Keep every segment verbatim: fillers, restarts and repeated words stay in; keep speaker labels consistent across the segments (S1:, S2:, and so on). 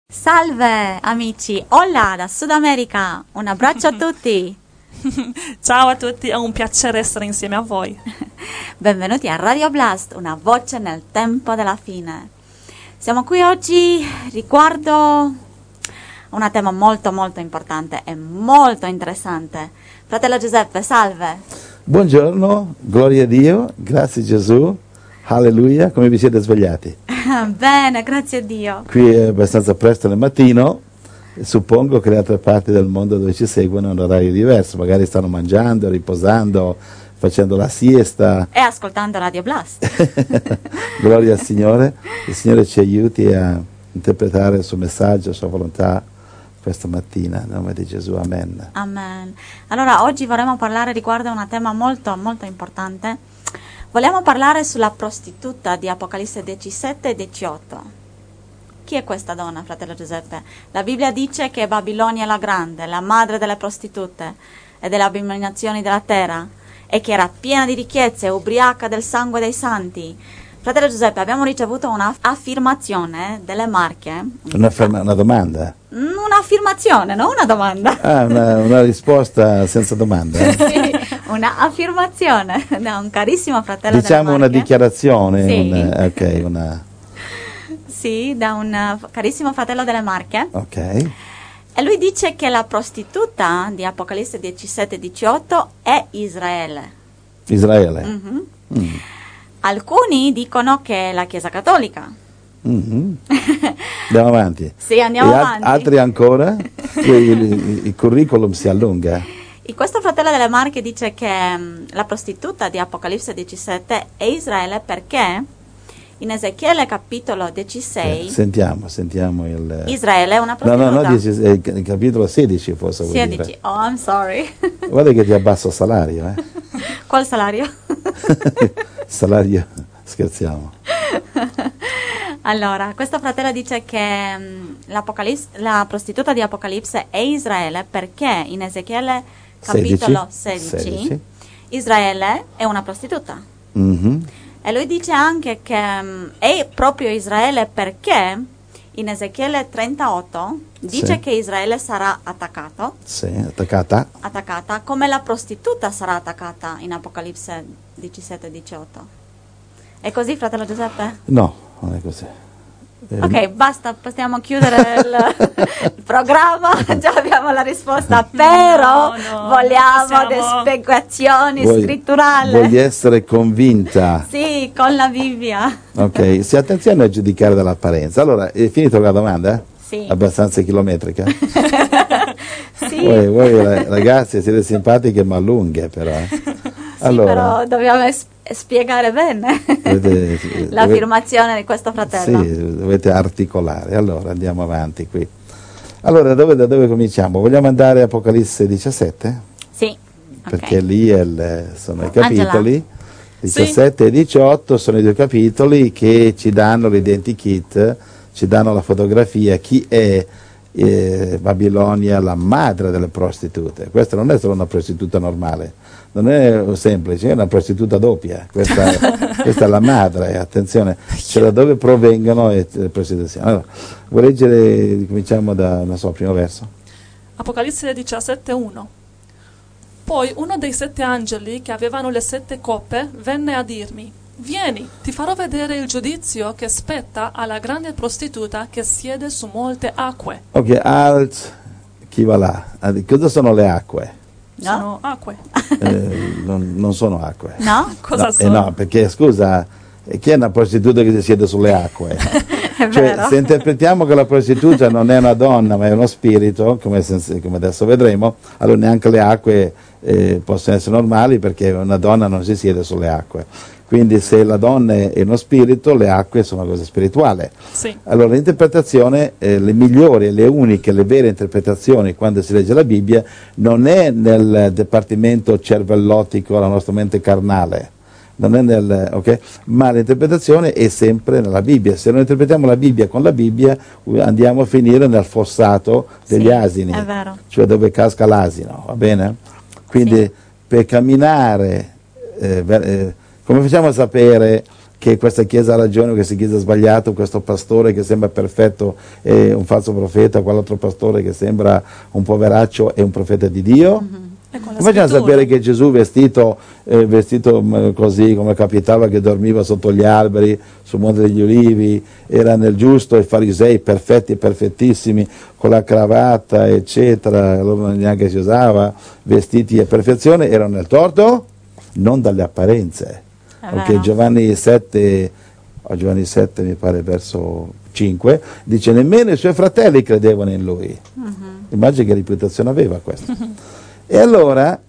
S1: Salve amici, hola da Sud America, un abbraccio a tutti.
S2: Ciao a tutti, è un piacere essere insieme a voi.
S1: Benvenuti a Radio Blast, una voce nel tempo della fine. Siamo qui oggi riguardo un tema molto molto importante e molto interessante. Fratello Giuseppe, salve.
S3: Buongiorno, gloria a Dio, grazie Gesù, alleluia, come vi siete svegliati?
S1: Bene, grazie a Dio.
S3: Qui è abbastanza presto nel mattino, suppongo che le altre parti del mondo dove ci seguono hanno un orario diverso, magari stanno mangiando, riposando, facendo la siesta.
S1: E ascoltando Radio Blast.
S3: Gloria al Signore, il Signore ci aiuti a interpretare il suo messaggio, la sua volontà questa mattina, nel nome di Gesù, amen.
S1: Amen. Allora, oggi vorremmo parlare riguardo a un tema molto molto importante. Vogliamo parlare sulla prostituta di Apocalisse diciassette e diciotto. Chi è questa donna, fratello Giuseppe? La Bibbia dice che Babilonia la grande, la madre delle prostitute e delle abominazioni della terra, e che era piena di ricchezze, ubriaca del sangue dei santi. Fratello Giuseppe, abbiamo ricevuto un'affermazione delle Marche.
S3: Una, una domanda?
S1: Un'affermazione, non una domanda.
S3: Ah, una, una risposta senza domanda. Eh?
S1: Sì, una affermazione da un carissimo fratello
S3: diciamo
S1: delle Marche.
S3: Una dichiarazione.
S1: Sì.
S3: Una, ok, una...
S1: Sì, da un carissimo fratello delle Marche.
S3: Ok.
S1: E lui dice che la prostituta di Apocalisse diciassette e diciotto è Israele.
S3: Israele.
S1: Mm-hmm.
S3: Mm.
S1: Alcuni dicono che è la Chiesa Cattolica.
S3: Mm-hmm. Andiamo avanti.
S1: Sì, andiamo
S3: e al-
S1: avanti.
S3: Altri ancora? il, il, il curriculum si allunga.
S1: E questo fratello delle Marche dice che mh, la prostituta di Apocalisse diciassette è Israele perché in Ezechiele capitolo diciassei
S3: Eh, sentiamo, sentiamo il...
S1: Israele è una
S3: No,
S1: prostituta.
S3: no, no, dici, eh, il capitolo sedici forse vuol
S1: sedici.
S3: dire.
S1: Oh, I'm sorry.
S3: Guarda che ti abbasso il salario, eh.
S1: Qual salario?
S3: Salario, scherziamo.
S1: Allora, questo fratello dice che mh, l'Apocalisse- la prostituta di Apocalisse è Israele perché in Ezechiele capitolo sedici,
S3: sedici.
S1: Israele è una prostituta.
S3: Mhm.
S1: E lui dice anche che mh, è proprio Israele perché in Ezechiele trentotto dice
S3: Sì.
S1: che Israele sarà attaccato,
S3: Sì, attaccata.
S1: attaccata come la prostituta sarà attaccata in Apocalisse diciassette e diciotto. È così, fratello Giuseppe?
S3: No, non è così. Eh,
S1: Ok, basta, possiamo chiudere il, il programma, già abbiamo la risposta, però
S2: No, no,
S1: vogliamo
S2: non
S1: le
S2: possiamo.
S1: spiegazioni
S3: vuoi-
S1: scritturali.
S3: Voglio essere convinta.
S1: Sì, con la Bibbia.
S3: Ok, se attenzione a giudicare dall'apparenza. Allora, è finito la domanda?
S1: Sì.
S3: Abbastanza chilometrica.
S1: Sì,
S3: Voi, voi ra- ragazzi siete simpatiche ma lunghe però. eh.
S1: sì,
S3: Allora,
S1: però dobbiamo es- spiegare bene
S3: dovete-
S1: l'affermazione di questo fratello.
S3: Sì, dovete articolare. Allora, andiamo avanti qui. Allora, dove, da dove cominciamo? Vogliamo andare a Apocalisse diciassette?
S1: Sì, ok.
S3: Perché lì è il- sono i
S1: Angela.
S3: capitoli. diciassette e diciotto sono i due capitoli che ci danno l'identikit, ci danno la fotografia, chi è eh, Babilonia, la madre delle prostitute. Questa non è solo una prostituta normale, non è semplice, è una prostituta doppia, questa, questa è la madre, attenzione, cioè da dove provengono le prostituzioni. Allora, vuoi leggere, cominciamo da, non so, primo verso?
S2: Apocalisse diciassette uno. Poi uno dei sette angeli che avevano le sette coppe venne a dirmi: vieni, ti farò vedere il giudizio che spetta alla grande prostituta che siede su molte acque.
S3: Ok, alt, chi va là? Ah, cosa sono le acque?
S1: No?
S2: Sono acque.
S3: Eh, non, non sono acque.
S1: No?
S2: Cosa
S3: No, eh
S2: sono?
S3: no, perché scusa, eh, chi è una prostituta che si siede sulle acque?
S1: È
S3: Cioè,
S1: vero.
S3: se interpretiamo che la prostituta non è una donna ma è uno spirito, come, sen- come adesso vedremo, allora neanche le acque eh, possono essere normali perché una donna non si siede sulle acque. Quindi se la donna è uno spirito, le acque sono una cosa spirituale.
S2: Sì.
S3: Allora l'interpretazione, eh, le migliori, le uniche, le vere interpretazioni quando si legge la Bibbia non è nel dipartimento cervellotico, la nostra mente carnale, non è nel, ok? Ma l'interpretazione è sempre nella Bibbia. Se non interpretiamo la Bibbia con la Bibbia andiamo a finire nel fossato degli
S1: Sì,
S3: asini,
S1: è vero.
S3: cioè dove casca l'asino, va bene? Quindi
S1: Sì.
S3: per camminare, eh, ver- eh, come facciamo a sapere che questa chiesa ha ragione, questa chiesa ha sbagliato, questo pastore che sembra perfetto è un falso profeta, quell'altro pastore che sembra un poveraccio è un profeta di Dio. Mm-hmm. Immagina sapere che Gesù vestito, eh, vestito mh, così come capitava, che dormiva sotto gli alberi sul Monte degli Ulivi, era nel giusto, e i farisei perfetti e perfettissimi con la cravatta eccetera, allora neanche si usava, vestiti a perfezione, erano nel torto? Non dalle apparenze. Ok, Giovanni sette, oh, Giovanni sette mi pare verso cinque, dice nemmeno i suoi fratelli credevano in lui. Uh-huh. Immagina che reputazione aveva questo. Uh-huh. E allora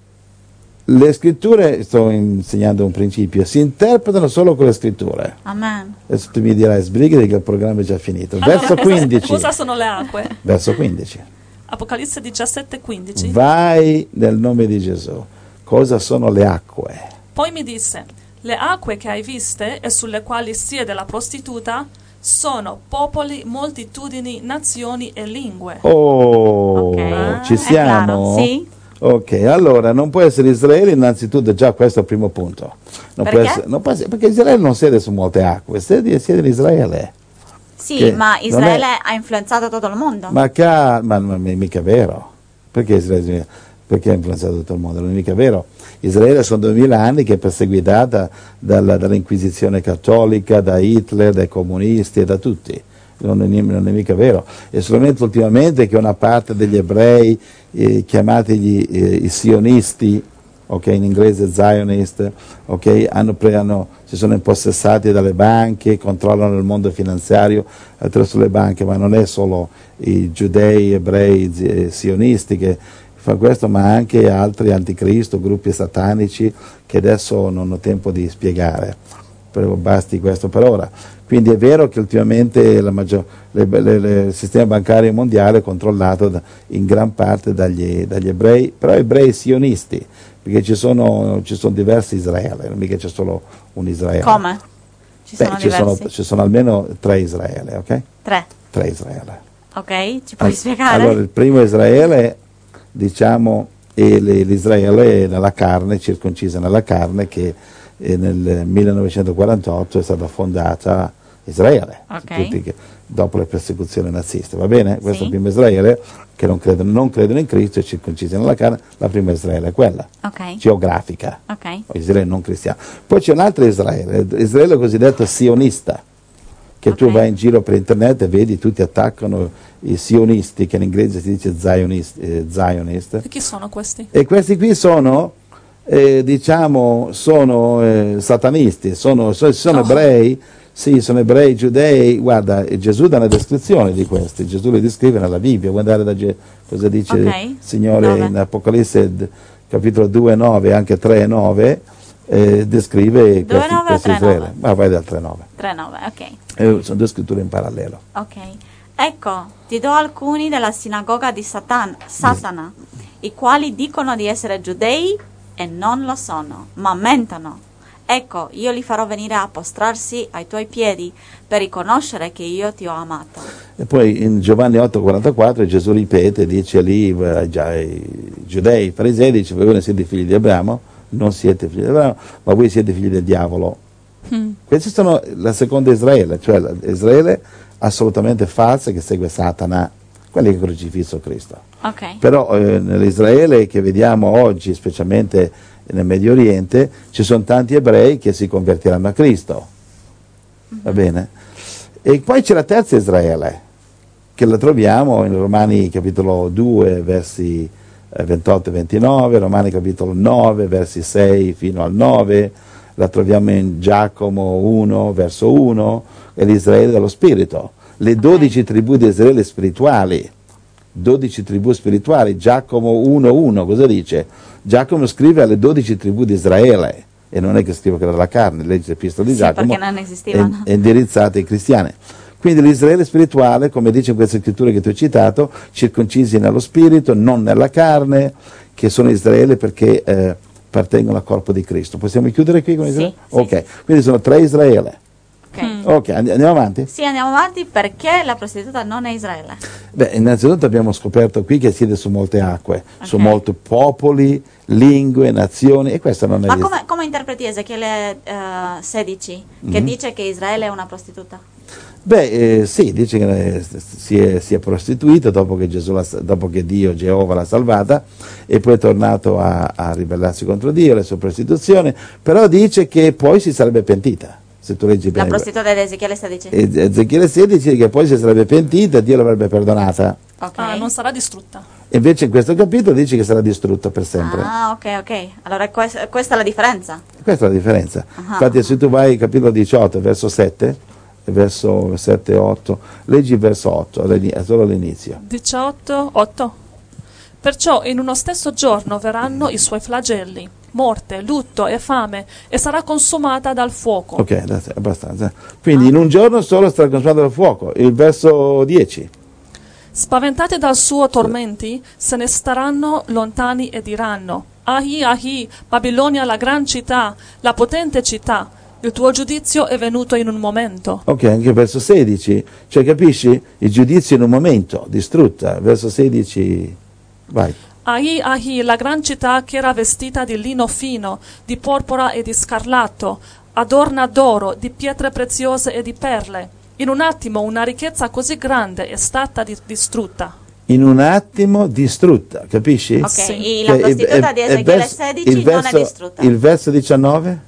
S3: le scritture, sto insegnando un principio, si interpretano solo con le scritture.
S1: Amen.
S3: Adesso tu mi dirai sbrigati che il programma è già finito. Allora, verso quindici.
S2: Cosa sono le acque?
S3: Verso quindici.
S2: Apocalisse diciassette quindici.
S3: Vai nel nome di Gesù. Cosa sono le acque?
S2: Poi mi disse: le acque che hai viste e sulle quali siede la prostituta sono popoli, moltitudini, nazioni e lingue.
S3: Oh,
S1: okay.
S3: Ci siamo?
S1: Sì.
S3: Ok, allora non può essere Israele, innanzitutto già questo è il primo punto. Non
S1: perché?
S3: Può essere, non può essere, perché Israele non siede su molte acque, siede, siede in Israele.
S1: Sì, ma Israele è, ha influenzato tutto il mondo.
S3: Ma, ca, ma, ma, ma mica vero. Perché Israele perché ha influenzato tutto il mondo? Non è mica vero. Israele sono duemila anni che è perseguitata dalla, dall'Inquisizione cattolica, da Hitler, dai comunisti e da tutti. Non è, non è mica vero. È solamente ultimamente che una parte degli ebrei, eh, chiamati gli, eh, i sionisti, okay, in inglese Zionist, okay, hanno, hanno, si sono impossessati dalle banche, controllano il mondo finanziario attraverso le banche, ma non è solo i giudei, ebrei, eh, sionisti che fa questo, ma anche altri anticristo, gruppi satanici che adesso non ho tempo di spiegare, però basti questo per ora. Quindi è vero che ultimamente la maggior, le, le, le, il sistema bancario mondiale è controllato da, in gran parte dagli, dagli ebrei, però ebrei sionisti, perché ci sono, ci sono diversi Israele, non mica c'è solo un Israele.
S1: Come? Ci sono,
S3: Beh, ci sono, ci sono almeno tre Israele, ok?
S1: Tre.
S3: Tre Israele.
S1: Ok, ci puoi spiegare?
S3: Allora, il primo Israele, diciamo, è l'Israele nella carne, circoncisa nella carne, che nel millenovecentoquarantotto è stata fondata Israele,
S1: okay.
S3: tutti che, dopo le persecuzioni naziste, va bene? Questo
S1: sì.
S3: è il primo Israele, che non credono, non credono in Cristo e circoncisi nella carne, la prima Israele è quella,
S1: okay.
S3: geografica,
S1: okay.
S3: Israele non cristiano. Poi c'è un altro Israele, Israele cosiddetto sionista, che okay. tu vai in giro per internet e vedi tutti attaccano i sionisti, che in inglese si dice zionist, eh, zionist.
S2: E chi sono questi?
S3: E questi qui sono, eh, diciamo, sono eh, satanisti, sono, sono, sono oh. ebrei, sì, sono ebrei, giudei. Guarda, Gesù dà una descrizione di questi, Gesù li descrive nella Bibbia. Guardare da Ge- cosa dice okay. il Signore Dove? in Apocalisse d- capitolo due nove, anche tre nove, eh, descrive questi, questi Israele. Ma vai dal tre nove.
S1: tre nove, ok.
S3: Eh, sono due scritture in parallelo.
S1: Ok. Ecco, ti do alcuni della sinagoga di Satan- Satana, mm. i quali dicono di essere giudei e non lo sono, ma mentono. Ecco, io li farò venire a postrarsi ai tuoi piedi per riconoscere che io ti ho amato. E
S3: poi in Giovanni otto quarantaquattro Gesù ripete, dice lì già i giudei, i farisei, dice voi non siete figli di Abramo, non siete figli di Abramo, ma voi siete figli del diavolo. Mm. Questi sono la seconda Israele, cioè Israele assolutamente falsa che segue Satana, quelli che ha crocifisso Cristo.
S1: Okay.
S3: Però eh, nell'Israele che vediamo oggi, specialmente nel Medio Oriente, ci sono tanti ebrei che si convertiranno a Cristo. Mm-hmm. Va bene? E poi c'è la terza Israele, che la troviamo in Romani capitolo due, versi eh, ventotto e ventinove, Romani capitolo nove, versi sei fino al nove, la troviamo in Giacomo uno, verso uno, è l'Israele dello Spirito. Le dodici okay. tribù di Israele spirituali, dodici tribù spirituali, Giacomo uno uno, cosa dice? Giacomo scrive alle dodici tribù di Israele, e non è che scrive che era la carne, legge l'epistola di
S1: sì,
S3: Giacomo,
S1: perché non esistevano.
S3: È, è indirizzata ai cristiani. Quindi l'Israele spirituale, come dice in queste scritture che tu hai citato, circoncisi nello spirito, non nella carne, che sono Israele perché eh, appartengono al corpo di Cristo. Possiamo chiudere qui con Israele?
S1: Sì,
S3: ok,
S1: sì.
S3: quindi sono tre Israele.
S1: Ok. Ok.
S2: Mm.
S3: Ok, and- andiamo avanti?
S1: Sì, andiamo avanti perché la prostituta non è Israele.
S3: Beh, innanzitutto abbiamo scoperto qui che siede su molte acque,
S1: Ok.
S3: su molti popoli, lingue, nazioni, e questo non è
S1: Ma
S3: visto.
S1: come, come interpreti Ezechiele eh, sedici, che
S3: Mhm.
S1: dice che Israele è una prostituta?
S3: Beh, eh, sì, dice che eh, si è, si è prostituita dopo che, Gesù l'ha- dopo che Dio, Geova, l'ha salvata, e poi è tornato a, a ribellarsi contro Dio, la sua prostituzione, però dice che poi si sarebbe pentita, se tu leggi
S1: La
S3: bene.
S1: prostituta di Ezechiele sedici.
S3: E- Ezechiele sedici, che poi si sarebbe pentita, Dio l'avrebbe perdonata.
S1: Ok.
S2: Ah, non sarà distrutta.
S3: E invece in questo capitolo dice che sarà distrutta per sempre.
S1: Ah, ok, ok. Allora quest- questa è la differenza.
S3: Questa è la differenza.
S1: Ah.
S3: Infatti, se tu vai al capitolo diciotto, verso sette, verso sette otto, leggi il verso otto, all'ini- solo all'inizio.
S2: diciotto, otto. Perciò in uno stesso giorno verranno i suoi flagelli, morte, lutto e fame, e sarà consumata dal fuoco.
S3: Ok, that's- abbastanza. Quindi in un giorno solo sarà consumato dal fuoco. Il verso dieci.
S2: Spaventati dal suo tormenti, se ne staranno lontani e diranno: Ahi, ahi, Babilonia, la gran città, la potente città, il tuo giudizio è venuto in un momento.
S3: Ok, anche il verso sedici. Cioè, capisci? Il giudizio in un momento, distrutta. Verso sedici, vai.
S2: Ahi, ahi, la gran città che era vestita di lino fino, di porpora e di scarlatto, adorna d'oro, di pietre preziose e di perle. In un attimo una ricchezza così grande è stata di- distrutta.
S3: In un attimo distrutta, capisci?
S1: Ok,
S2: Sì.
S1: e la
S3: Che-
S1: prostituta
S3: e-
S1: di
S3: e- e
S1: Ezechiele
S3: verso-
S1: sedici
S3: il
S1: non
S3: verso-
S1: è distrutta.
S3: Il verso diciannove?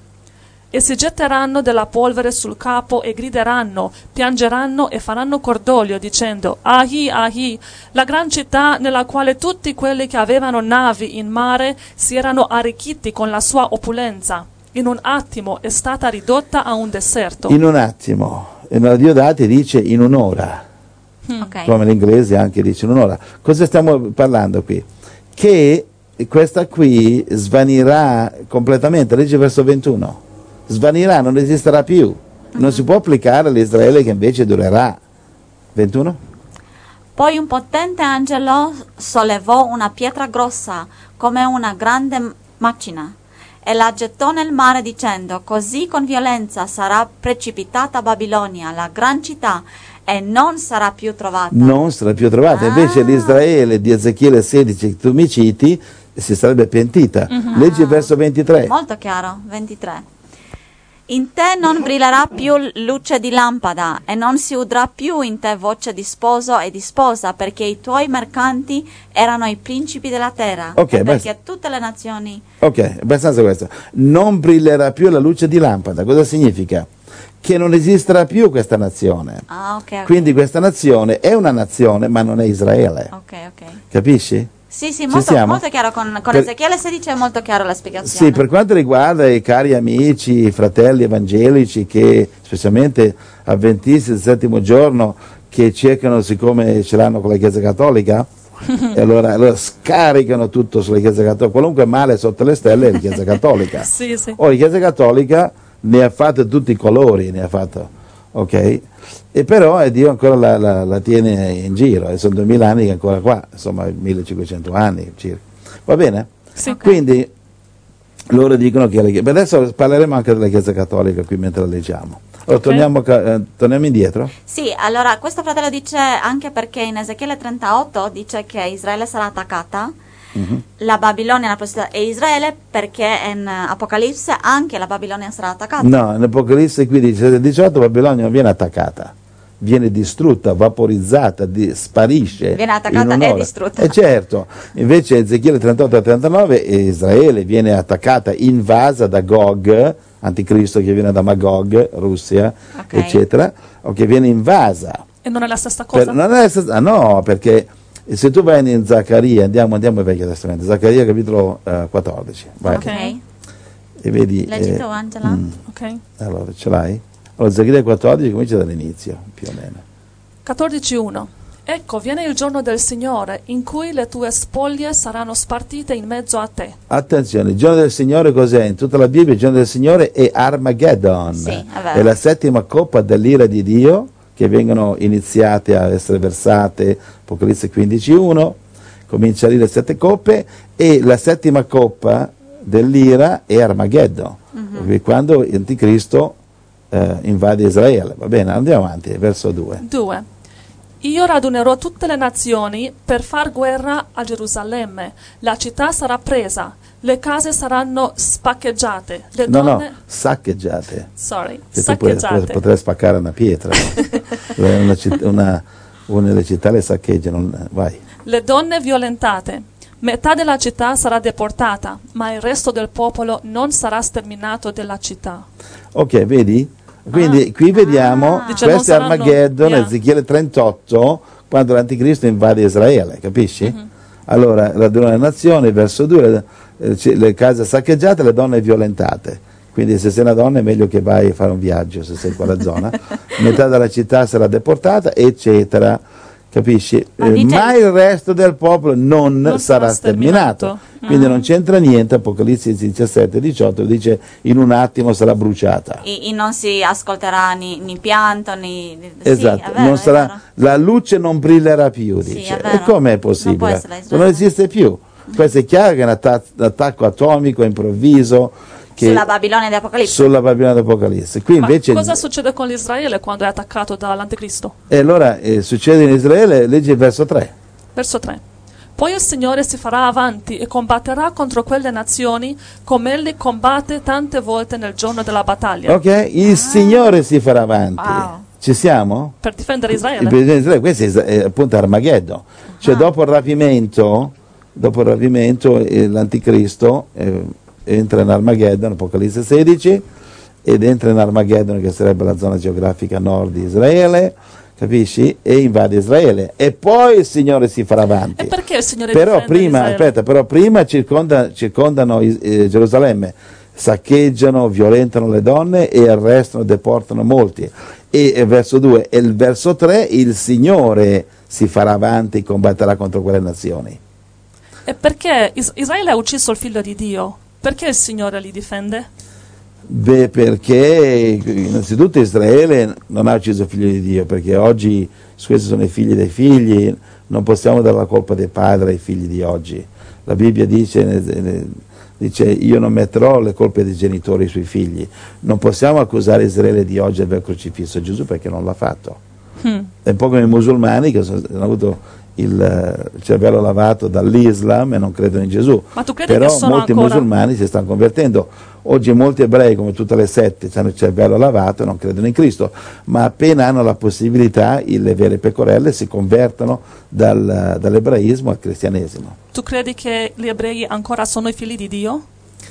S2: E si getteranno della polvere sul capo e grideranno, piangeranno e faranno cordoglio dicendo: Ahi, ahi, la gran città nella quale tutti quelli che avevano navi in mare si erano arricchiti con la sua opulenza. In un attimo è stata ridotta a un deserto.
S3: In un attimo. E nella Diodati dice in un'ora.
S1: Ok.
S3: Come l'inglese anche dice in un'ora. Cosa stiamo parlando qui? Che questa qui svanirà completamente. Legge verso ventuno. Svanirà, non esisterà più. Non si può applicare all'Israele che invece durerà. ventuno?
S1: Poi un potente angelo sollevò una pietra grossa come una grande m- macina e la gettò nel mare dicendo: Così con violenza sarà precipitata Babilonia, la gran città, e non sarà più trovata.
S3: Non sarà più trovata.
S1: Ah.
S3: Invece l'Israele di Ezechiele sedici che tu mi citi si sarebbe pentita. Leggi il verso ventitré.
S1: Molto chiaro, ventitré. In te non brillerà più luce di lampada e non si udrà più in te voce di sposo e di sposa, perché i tuoi mercanti erano i principi della terra,
S3: Ok,
S1: e
S3: basta.
S1: perché tutte le nazioni...
S3: Ok, abbastanza questo. Non brillerà più la luce di lampada. Cosa significa? Che non esisterà più questa nazione.
S1: Ah, ok, ok.
S3: Quindi questa nazione è una nazione, ma non è Israele.
S1: Ok, ok.
S3: Capisci?
S1: Sì, sì,
S3: Ci
S1: molto,
S3: siamo?
S1: molto chiaro. Con, con
S3: Per-
S1: Ezechiele sedici è molto chiaro la spiegazione.
S3: Sì, per quanto riguarda i cari amici, i fratelli evangelici che, specialmente avventisti del settimo giorno, che cercano, siccome ce l'hanno con la Chiesa Cattolica, e allora, allora scaricano tutto sulla Chiesa Cattolica, qualunque male sotto le stelle è la Chiesa Cattolica.
S2: Sì, sì.
S3: Ora, la Chiesa Cattolica ne ha fatto tutti i colori, ne ha fatto, ok? E però eh, Dio ancora la, la, la tiene in giro, e sono duemila anni che è ancora qua, insomma millecinquecento anni circa. Va bene?
S2: Sì.
S3: Quindi loro dicono che la Chiesa... Adesso parleremo anche della Chiesa Cattolica qui mentre la leggiamo. Allora,
S2: Ok.
S3: torniamo, ca- eh, torniamo indietro.
S1: Sì, allora questo fratello dice anche perché in Ezechiele trentaotto dice che Israele sarà attaccata,
S3: Mhm.
S1: la Babilonia la prostituta e Israele, perché in Apocalisse anche la Babilonia sarà attaccata.
S3: No, in Apocalisse qui dice diciotto Babilonia non viene attaccata, viene distrutta, vaporizzata, di- sparisce.
S1: Viene attaccata
S3: in
S1: e
S3: un'ora.
S1: distrutta.
S3: Eh certo, invece Ezechiele trentotto e trentanove eh, Israele viene attaccata, invasa da Gog, anticristo che viene da Magog, Russia,
S1: Ok.
S3: eccetera, o che viene invasa.
S2: E non è la stessa cosa?
S3: Per- non è stata- ah, no, perché se tu vai in Zaccaria, andiamo, andiamo al Vecchio Testamento, Zaccaria capitolo eh, quattordici, vai.
S1: Ok.
S3: E vedi...
S1: Leggi
S3: eh,
S1: tu, Angela.
S3: mm,
S2: Ok.
S3: allora, ce l'hai? Allora, Zaccaria quattordici comincia dall'inizio, più o meno.
S2: quattordici uno. Ecco, viene il giorno del Signore, in cui le tue spoglie saranno spartite in mezzo a te.
S3: Attenzione, il giorno del Signore cos'è? In tutta la Bibbia il giorno del Signore è Armageddon,
S1: Sì, è vero.
S3: è la settima coppa dell'ira di Dio che vengono iniziate a essere versate, Apocalisse quindici uno, comincia lì le sette coppe, e la settima coppa dell'ira è Armageddon,
S1: Mhm.
S3: perché quando l'Anticristo eh, invade Israele. Va bene, andiamo avanti, verso due.
S2: due. Io radunerò tutte le nazioni per far guerra a Gerusalemme. La città sarà presa, le case saranno spaccheggiate, le
S3: No,
S2: donne...
S3: no, saccheggiate.
S2: Sorry,
S3: Che tu puoi-
S2: saccheggiate.
S3: potrei spaccare una pietra. una, citt- una, una delle città le saccheggiano. Vai.
S2: Le donne violentate. Metà della città sarà deportata, ma il resto del popolo non sarà sterminato della città.
S3: Ok, vedi? Quindi
S1: Ah.
S3: qui vediamo,
S1: Ah.
S2: Dice, non
S3: questo è
S2: saranno-
S3: Armageddon,
S2: yeah.
S3: Ezechiele trentotto, quando l'anticristo invade Israele, capisci?
S2: Mm-hmm.
S3: Allora, raduna le nazioni, verso due, le, eh, c- le case saccheggiate, le donne violentate. Quindi se sei una donna è meglio che vai a fare un viaggio, se sei in quella zona. Metà della città sarà deportata, eccetera. Capisci?
S1: Ma
S3: Eh,
S1: dice-
S3: ma il resto del popolo non,
S2: Non
S3: sarà
S2: sarà
S3: sterminato.
S2: sterminato.
S3: Quindi
S2: Ah.
S3: non c'entra niente, Apocalisse diciassette diciotto dice in un attimo sarà bruciata.
S1: E, e non si ascolterà ni, ni pianto ni... ni-
S3: Esatto,
S1: sì, è vero,
S3: non
S1: è
S3: sarà-
S1: vero.
S3: la luce non brillerà più,
S1: Sì,
S3: dice.
S1: è vero.
S3: E com'è
S1: Non può
S3: possibile?
S1: essere Israele.
S3: Non esiste più. Questo è chiaro che è un atta- un attacco atomico improvviso che
S1: Sulla Babilonia di Apocalisse.
S3: sulla Babilonia d'Apocalisse. Qui
S2: Ma
S3: invece
S2: cosa succede con l'Israele quando è attaccato dall'anticristo?
S3: e allora eh, succede in Israele, leggi il verso tre.
S2: Verso tre. Poi il Signore si farà avanti e combatterà contro quelle nazioni come egli combatte tante volte nel giorno della battaglia.
S3: Ok? Il Signore si farà avanti.
S1: Wow.
S3: Ci siamo?
S2: Per difendere
S3: Il
S2: Israele.
S3: presidente di Israele, questo è, Isra- è appunto Armageddon. Cioè
S1: Ah.
S3: dopo il rapimento, dopo il rapimento eh, l'anticristo eh, entra in Armageddon, Apocalisse sedici, ed entra in Armageddon, che sarebbe la zona geografica nord di Israele, capisci? E invade Israele. E poi il Signore si farà avanti.
S2: E perché il Signore
S3: Però
S2: difende
S3: prima,
S2: Israele?
S3: aspetta, però prima circonda- circondano eh, Gerusalemme, saccheggiano, violentano le donne e arrestano, deportano molti. E, e verso due e il verso tre, il Signore si farà avanti e combatterà contro quelle nazioni.
S2: E perché Is- Israele ha ucciso il figlio di Dio? Perché il Signore li difende?
S3: Beh, perché innanzitutto Israele non ha ucciso il figlio di Dio, perché oggi questi sono i figli dei figli, non possiamo dare la colpa dei padri ai figli di oggi. La Bibbia dice, eh, dice io non metterò le colpe dei genitori sui figli. Non possiamo accusare Israele di oggi di aver crocifisso Gesù perché non l'ha fatto.
S2: Hmm.
S3: È un po' come i musulmani che sono, hanno avuto il, il cervello lavato dall'Islam e non credono in Gesù.
S2: Ma tu credi
S3: Però
S2: che sono
S3: molti
S2: ancora...
S3: musulmani si stanno convertendo. Oggi molti ebrei, come tutte le sette, hanno il cervello lavato e non credono in Cristo, ma appena hanno la possibilità, i- le vere pecorelle si convertono dal- dall'ebraismo al cristianesimo.
S2: Tu credi che gli ebrei ancora sono i figli di Dio?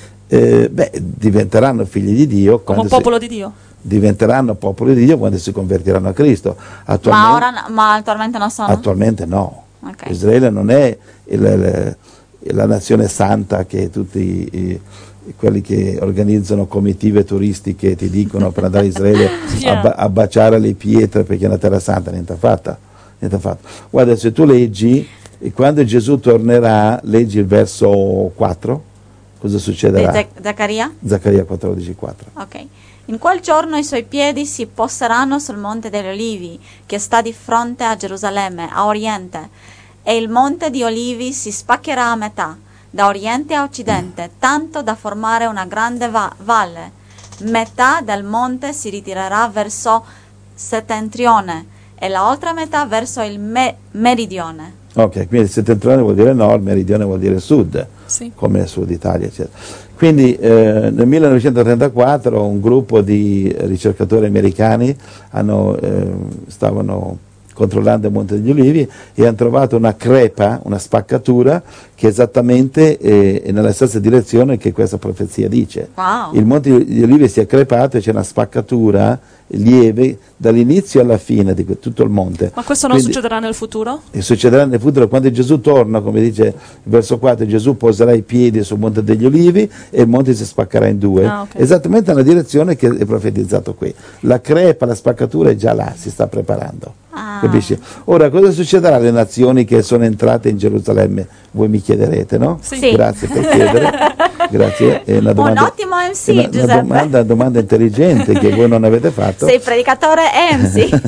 S3: Eh, beh, diventeranno figli di Dio
S2: Come
S3: quando si-
S2: popolo di Dio?
S3: diventeranno popolo di Dio quando si convertiranno a Cristo. Attualmente,
S1: Ma, ora, no- ma attualmente non sono?
S3: attualmente no.
S1: Ok.
S3: Israele non è il- il- la nazione santa che tutti i, quelli che organizzano comitive turistiche ti dicono per andare a Israele
S2: Yeah.
S3: a, ba- a baciare le pietre perché è una terra santa, niente affatto. Niente affatto. Guarda, se tu leggi, e quando Gesù tornerà, leggi il verso quattro, cosa
S1: Di
S3: succederà?
S1: Zac- Zaccaria?
S3: Zaccaria quattordici quattro.
S1: Ok. In quel giorno i suoi piedi si poseranno sul monte degli Olivi, che sta di fronte a Gerusalemme, a oriente, e il monte di Olivi si spaccherà a metà, da oriente a occidente, tanto da formare una grande va- valle. Metà del monte si ritirerà verso settentrione e l'altra metà verso il me- meridione.
S3: Ok, quindi il settentrione vuol dire nord, meridione vuol dire sud,
S2: Sì.
S3: come Sud Italia, eccetera. Quindi eh, nel millenovecentotrentaquattro un gruppo di ricercatori americani hanno, eh, stavano controllando il Monte degli Ulivi e hanno trovato una crepa, una spaccatura che esattamente eh, è nella stessa direzione che questa profezia dice.
S1: Wow.
S3: Il Monte degli Ulivi si è crepato e c'è una spaccatura lieve dall'inizio alla fine di tutto il monte.
S2: Ma questo non
S3: Quindi-
S2: succederà nel futuro?
S3: e succederà nel futuro quando Gesù torna, come dice il verso quattro, Gesù poserà i piedi sul Monte degli Olivi e il monte si spaccherà in due,
S2: Ah, ok.
S3: esattamente nella direzione che è profetizzato qui. La crepa, la spaccatura è già là, si sta preparando.
S1: Ah.
S3: Capisci? Ora, cosa succederà alle nazioni che sono entrate in Gerusalemme? Voi mi chiederete, no?
S2: Sì.
S1: Sì.
S3: Grazie per chiedere. Grazie. È una domanda,
S1: Un ottimo M C,
S3: è una, una
S1: Giuseppe.
S3: domanda, domanda intelligente che voi non avete fatto.
S1: Sei predicatore e M C.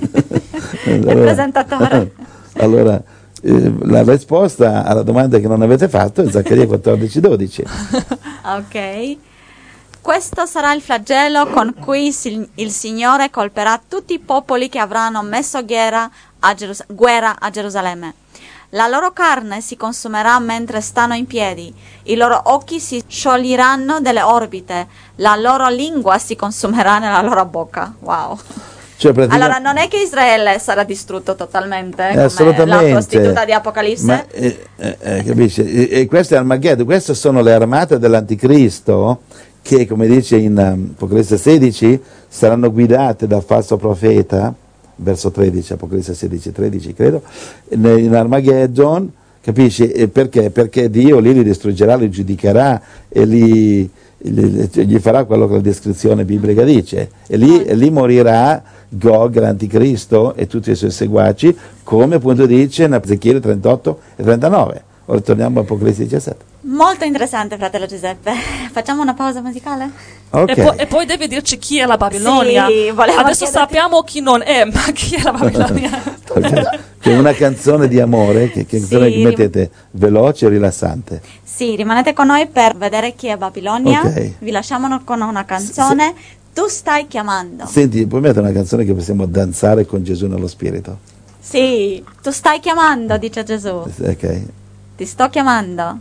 S1: E presentatore.
S3: Allora, eh, la risposta alla domanda che non avete fatto è Zaccaria quattordici dodici.
S1: Ok. Questo sarà il flagello con cui il Signore colperà tutti i popoli che avranno messo guerra a, Gerus- guerra a Gerusalemme. La loro carne si consumerà mentre stanno in piedi, i loro occhi si scioglieranno delle orbite, la loro lingua si consumerà nella loro bocca. Wow.
S3: Cioè, praticamente...
S1: Allora, non è che Israele sarà distrutto totalmente,
S3: eh,
S1: come
S3: assolutamente.
S1: la prostituta di Apocalisse?
S3: Ma, eh, eh, capisci? E, e questo è Armageddon, queste sono le armate dell'Anticristo che, come dice in um, Apocalisse sedici, saranno guidate dal falso profeta, verso tredici, Apocalisse sedici tredici credo, in Armageddon, capisci? E perché? Perché Dio lì li distruggerà, li giudicherà e li, li, gli farà quello che la descrizione biblica dice, e lì, e lì morirà Gog, l'anticristo, e tutti i suoi seguaci, come appunto dice in Ezechiele trentotto e trentanove. Ora torniamo a Apocalisse diciassette.
S1: Molto interessante, fratello Giuseppe. Facciamo una pausa musicale?
S3: Okay.
S2: E, po- e poi devi dirci chi è la Babilonia.
S1: Sì,
S2: adesso
S1: chiederti...
S2: sappiamo chi non è, ma chi è la Babilonia?
S3: È una canzone di amore, che, che, sì, che mettete veloce e rilassante.
S1: Sì, rimanete con noi per vedere chi è Babilonia. Okay. Vi lasciamo con una canzone. S- tu stai chiamando.
S3: Senti, puoi mettere una canzone che possiamo danzare con Gesù nello Spirito?
S1: Sì, tu stai chiamando, dice Gesù.
S3: Ok.
S1: Ti sto chiamando.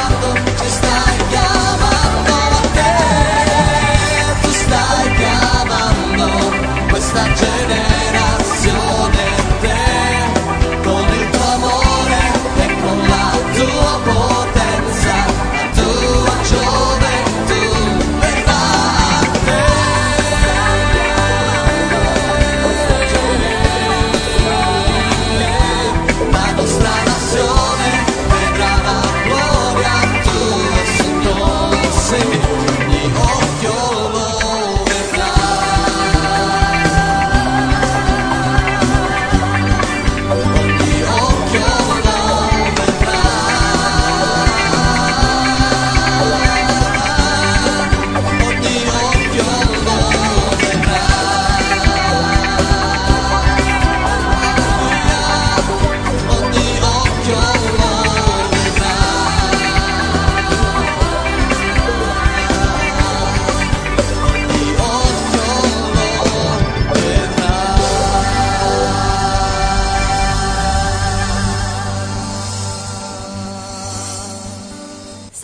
S4: Chiamando a te, tu stai chiamando.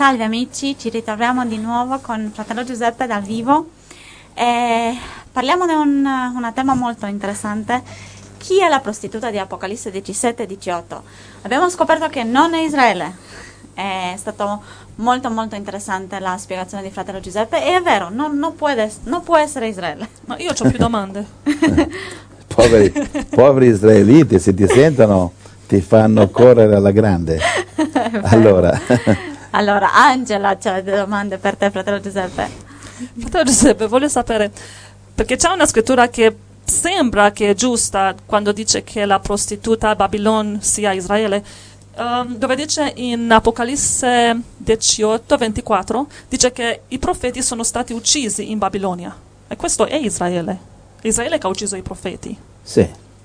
S1: Salve amici, ci ritroviamo di nuovo con fratello Giuseppe dal vivo e parliamo di un, una tema molto interessante. Chi è la prostituta di Apocalisse diciassette e diciotto? Abbiamo scoperto che non è Israele. È stato molto molto interessante la spiegazione di fratello Giuseppe e è vero, non, non, può, non può essere Israele.
S2: Ma io ho più domande.
S3: poveri, poveri israeliti, se ti sentono ti fanno correre alla grande. Allora,
S1: allora Angela c'ha delle domande per te, fratello Giuseppe.
S2: Fratello Giuseppe, voglio sapere, perché c'è una scrittura che sembra che è giusta quando dice che la prostituta a Babilone sia Israele, um, dove dice in Apocalisse diciotto ventiquattro, dice che i profeti sono stati uccisi in Babilonia. E questo è Israele. Israele che ha ucciso i profeti.
S3: Sì,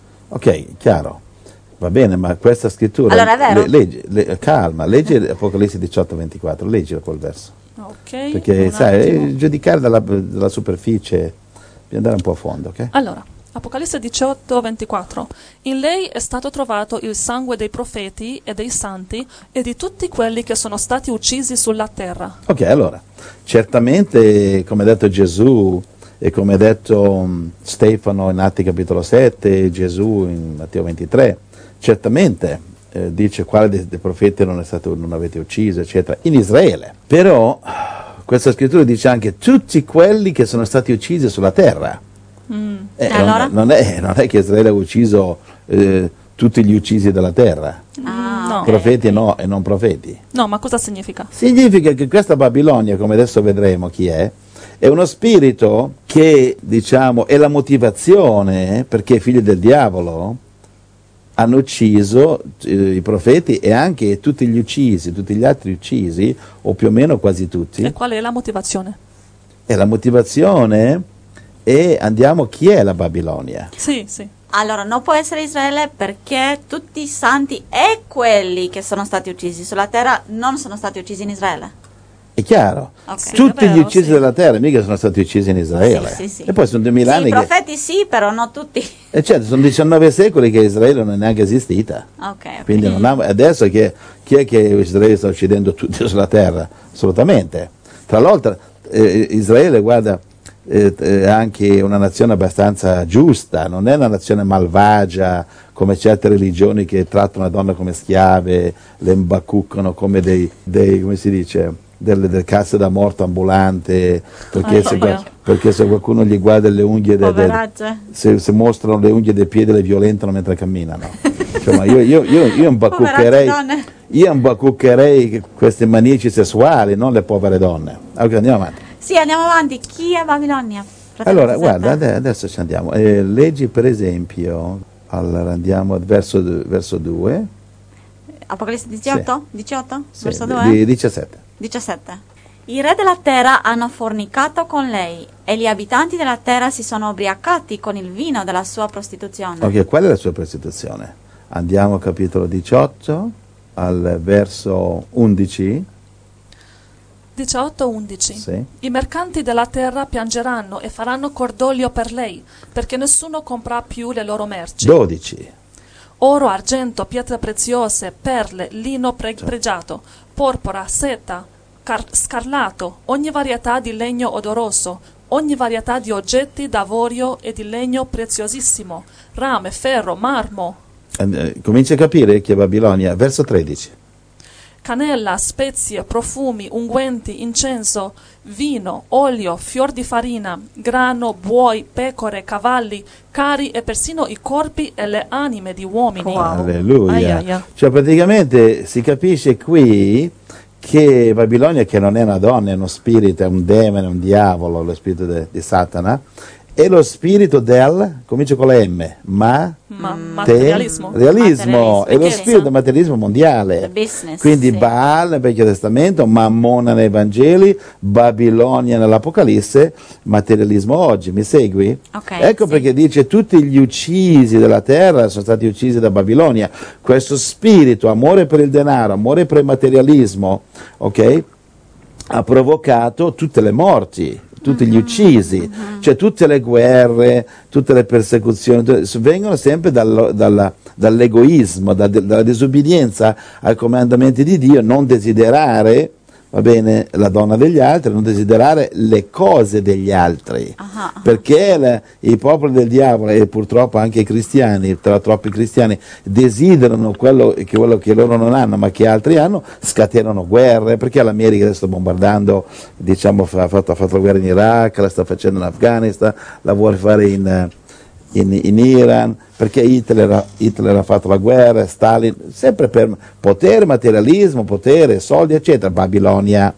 S3: ok, chiaro. Va bene, ma questa scrittura,
S1: allora, è vero?
S3: Le, leggi, le, calma, leggi Apocalisse diciotto ventiquattro, leggi quel verso.
S2: Ok.
S3: Perché sai, giudicare dalla, dalla superficie, bisogna andare un po' a fondo, ok?
S2: Allora, Apocalisse diciotto ventiquattro. In lei è stato trovato il sangue dei profeti e dei santi e di tutti quelli che sono stati uccisi sulla terra.
S3: Ok, allora, certamente, come ha detto Gesù, e come ha detto um, Stefano in Atti capitolo sette, Gesù in Matteo ventitré, certamente eh, dice quale dei, dei profeti non, è stato, non avete ucciso, eccetera, in Israele. Però questa scrittura dice anche tutti quelli che sono stati uccisi sulla terra.
S2: Mm.
S3: Eh,
S1: allora?
S3: non, non, è, non è che Israele ha ucciso eh, tutti gli uccisi della terra,
S2: Ah, no.
S3: profeti e, no, e non profeti.
S2: No, ma cosa significa?
S3: Significa che questa Babilonia, come adesso vedremo chi è, è uno spirito che, diciamo, è la motivazione perché i figli del diavolo hanno ucciso eh, i profeti e anche tutti gli uccisi, tutti gli altri uccisi, o più o meno quasi tutti.
S2: E qual è la motivazione?
S3: E la motivazione è, andiamo, chi è la Babilonia?
S2: Sì, sì.
S1: Allora, non può essere Israele perché tutti i santi e quelli che sono stati uccisi sulla terra non sono stati uccisi in Israele.
S3: È chiaro,
S1: Okay.
S3: tutti
S2: Sì, è vero,
S3: gli uccisi
S2: sì.
S3: della terra mica sono stati uccisi in Israele.
S1: Sì, sì, sì.
S3: E poi sono duemila
S1: Sì,
S3: anni
S1: i
S3: che...
S1: profeti sì, però non tutti.
S3: E certo, sono diciannove secoli che Israele non è neanche esistita.
S1: Ok, ok.
S3: Quindi non ha, adesso che, chi è che Israele sta uccidendo tutti sulla terra? Assolutamente. Tra l'altro eh, Israele, guarda, eh, è anche una nazione abbastanza giusta, non è una nazione malvagia come certe religioni che trattano le donne come schiave, le imbacuccano come dei, dei come si dice, delle, delle casse da morto ambulante, perché,
S2: Ah,
S3: se,
S2: io.
S3: perché se qualcuno gli guarda le unghie, de, de,
S1: Poveracce.
S3: se, se mostrano le unghie dei piedi le violentano mentre camminano. Insomma, io, io, io, io imbacuccherei,
S1: donne.
S3: io imbacuccherei questi maniaci sessuali, non le povere donne. Ok, andiamo avanti.
S1: Sì, andiamo avanti. Chi è Babilonia? Fratello
S3: Allora,
S1: Giuseppe?
S3: guarda, ade- adesso ci andiamo. Eh, leggi per esempio, allora andiamo al verso, verso due.
S1: Apocalisse diciotto? diciotto?
S3: Sì,
S1: Verso
S3: di-
S1: due?
S3: di diciassette.
S1: diciassette. I re della terra hanno fornicato con lei e gli abitanti della terra si sono ubriacati con il vino della sua prostituzione.
S3: Ok, qual è la sua prostituzione? Andiamo al capitolo diciotto, al verso undici.
S2: diciotto undici.
S3: Sì.
S2: I mercanti della terra piangeranno e faranno cordoglio per lei, perché nessuno comprerà più le loro merci.
S3: dodici.
S2: Oro, argento, pietre preziose, perle, lino pre- pregiato, porpora, seta, car- scarlato, ogni varietà di legno odoroso, ogni varietà di oggetti d'avorio e di legno preziosissimo, rame, ferro, marmo,
S3: Eh, cominci a capire chi è Babilonia? Verso tredici.
S2: canella, spezie, profumi, unguenti, incenso, vino, olio, fior di farina, grano, buoi, pecore, cavalli, cari e persino i corpi e le anime di uomini.
S1: Wow.
S3: Alleluia.
S2: Aia, aia.
S3: Cioè praticamente si capisce qui che Babilonia, che non è una donna, è uno spirito, è un demone, un diavolo, lo spirito de- di Satana, è lo spirito del, comincia con la M, ma
S2: Ma
S1: Mm.
S2: materialismo.
S3: Te- realismo,
S1: Materialismo,
S3: è lo
S1: perché
S3: spirito del materialismo mondiale.
S1: The business,
S3: Quindi
S1: sì.
S3: Baal nel Vecchio Testamento, Mammona nei Vangeli, Babilonia nell'Apocalisse, materialismo oggi, mi segui?
S1: Ok,
S3: Ecco
S1: sì.
S3: perché dice tutti gli uccisi della terra sono stati uccisi da Babilonia. Questo spirito, amore per il denaro, amore per il materialismo, ok? Ha provocato tutte le morti, tutti gli uccisi, cioè tutte le guerre, tutte le persecuzioni, tu- vengono sempre dal- dalla- dall'egoismo, da- dalla disobbedienza ai comandamenti di Dio, non desiderare, va bene, la donna degli altri, non desiderare le cose degli altri,
S1: uh-huh.
S3: perché le, i popoli del diavolo e purtroppo anche i cristiani, tra troppi cristiani, desiderano quello che, quello che loro non hanno ma che altri hanno, scatenano guerre, perché l'America adesso sta bombardando, diciamo, ha fatto, ha fatto la guerra in Iraq, la sta facendo in Afghanistan, la vuole fare in, in, in Iran, perché Hitler, Hitler ha fatto la guerra, Stalin, sempre per potere, materialismo, potere, soldi, eccetera. Babilonia,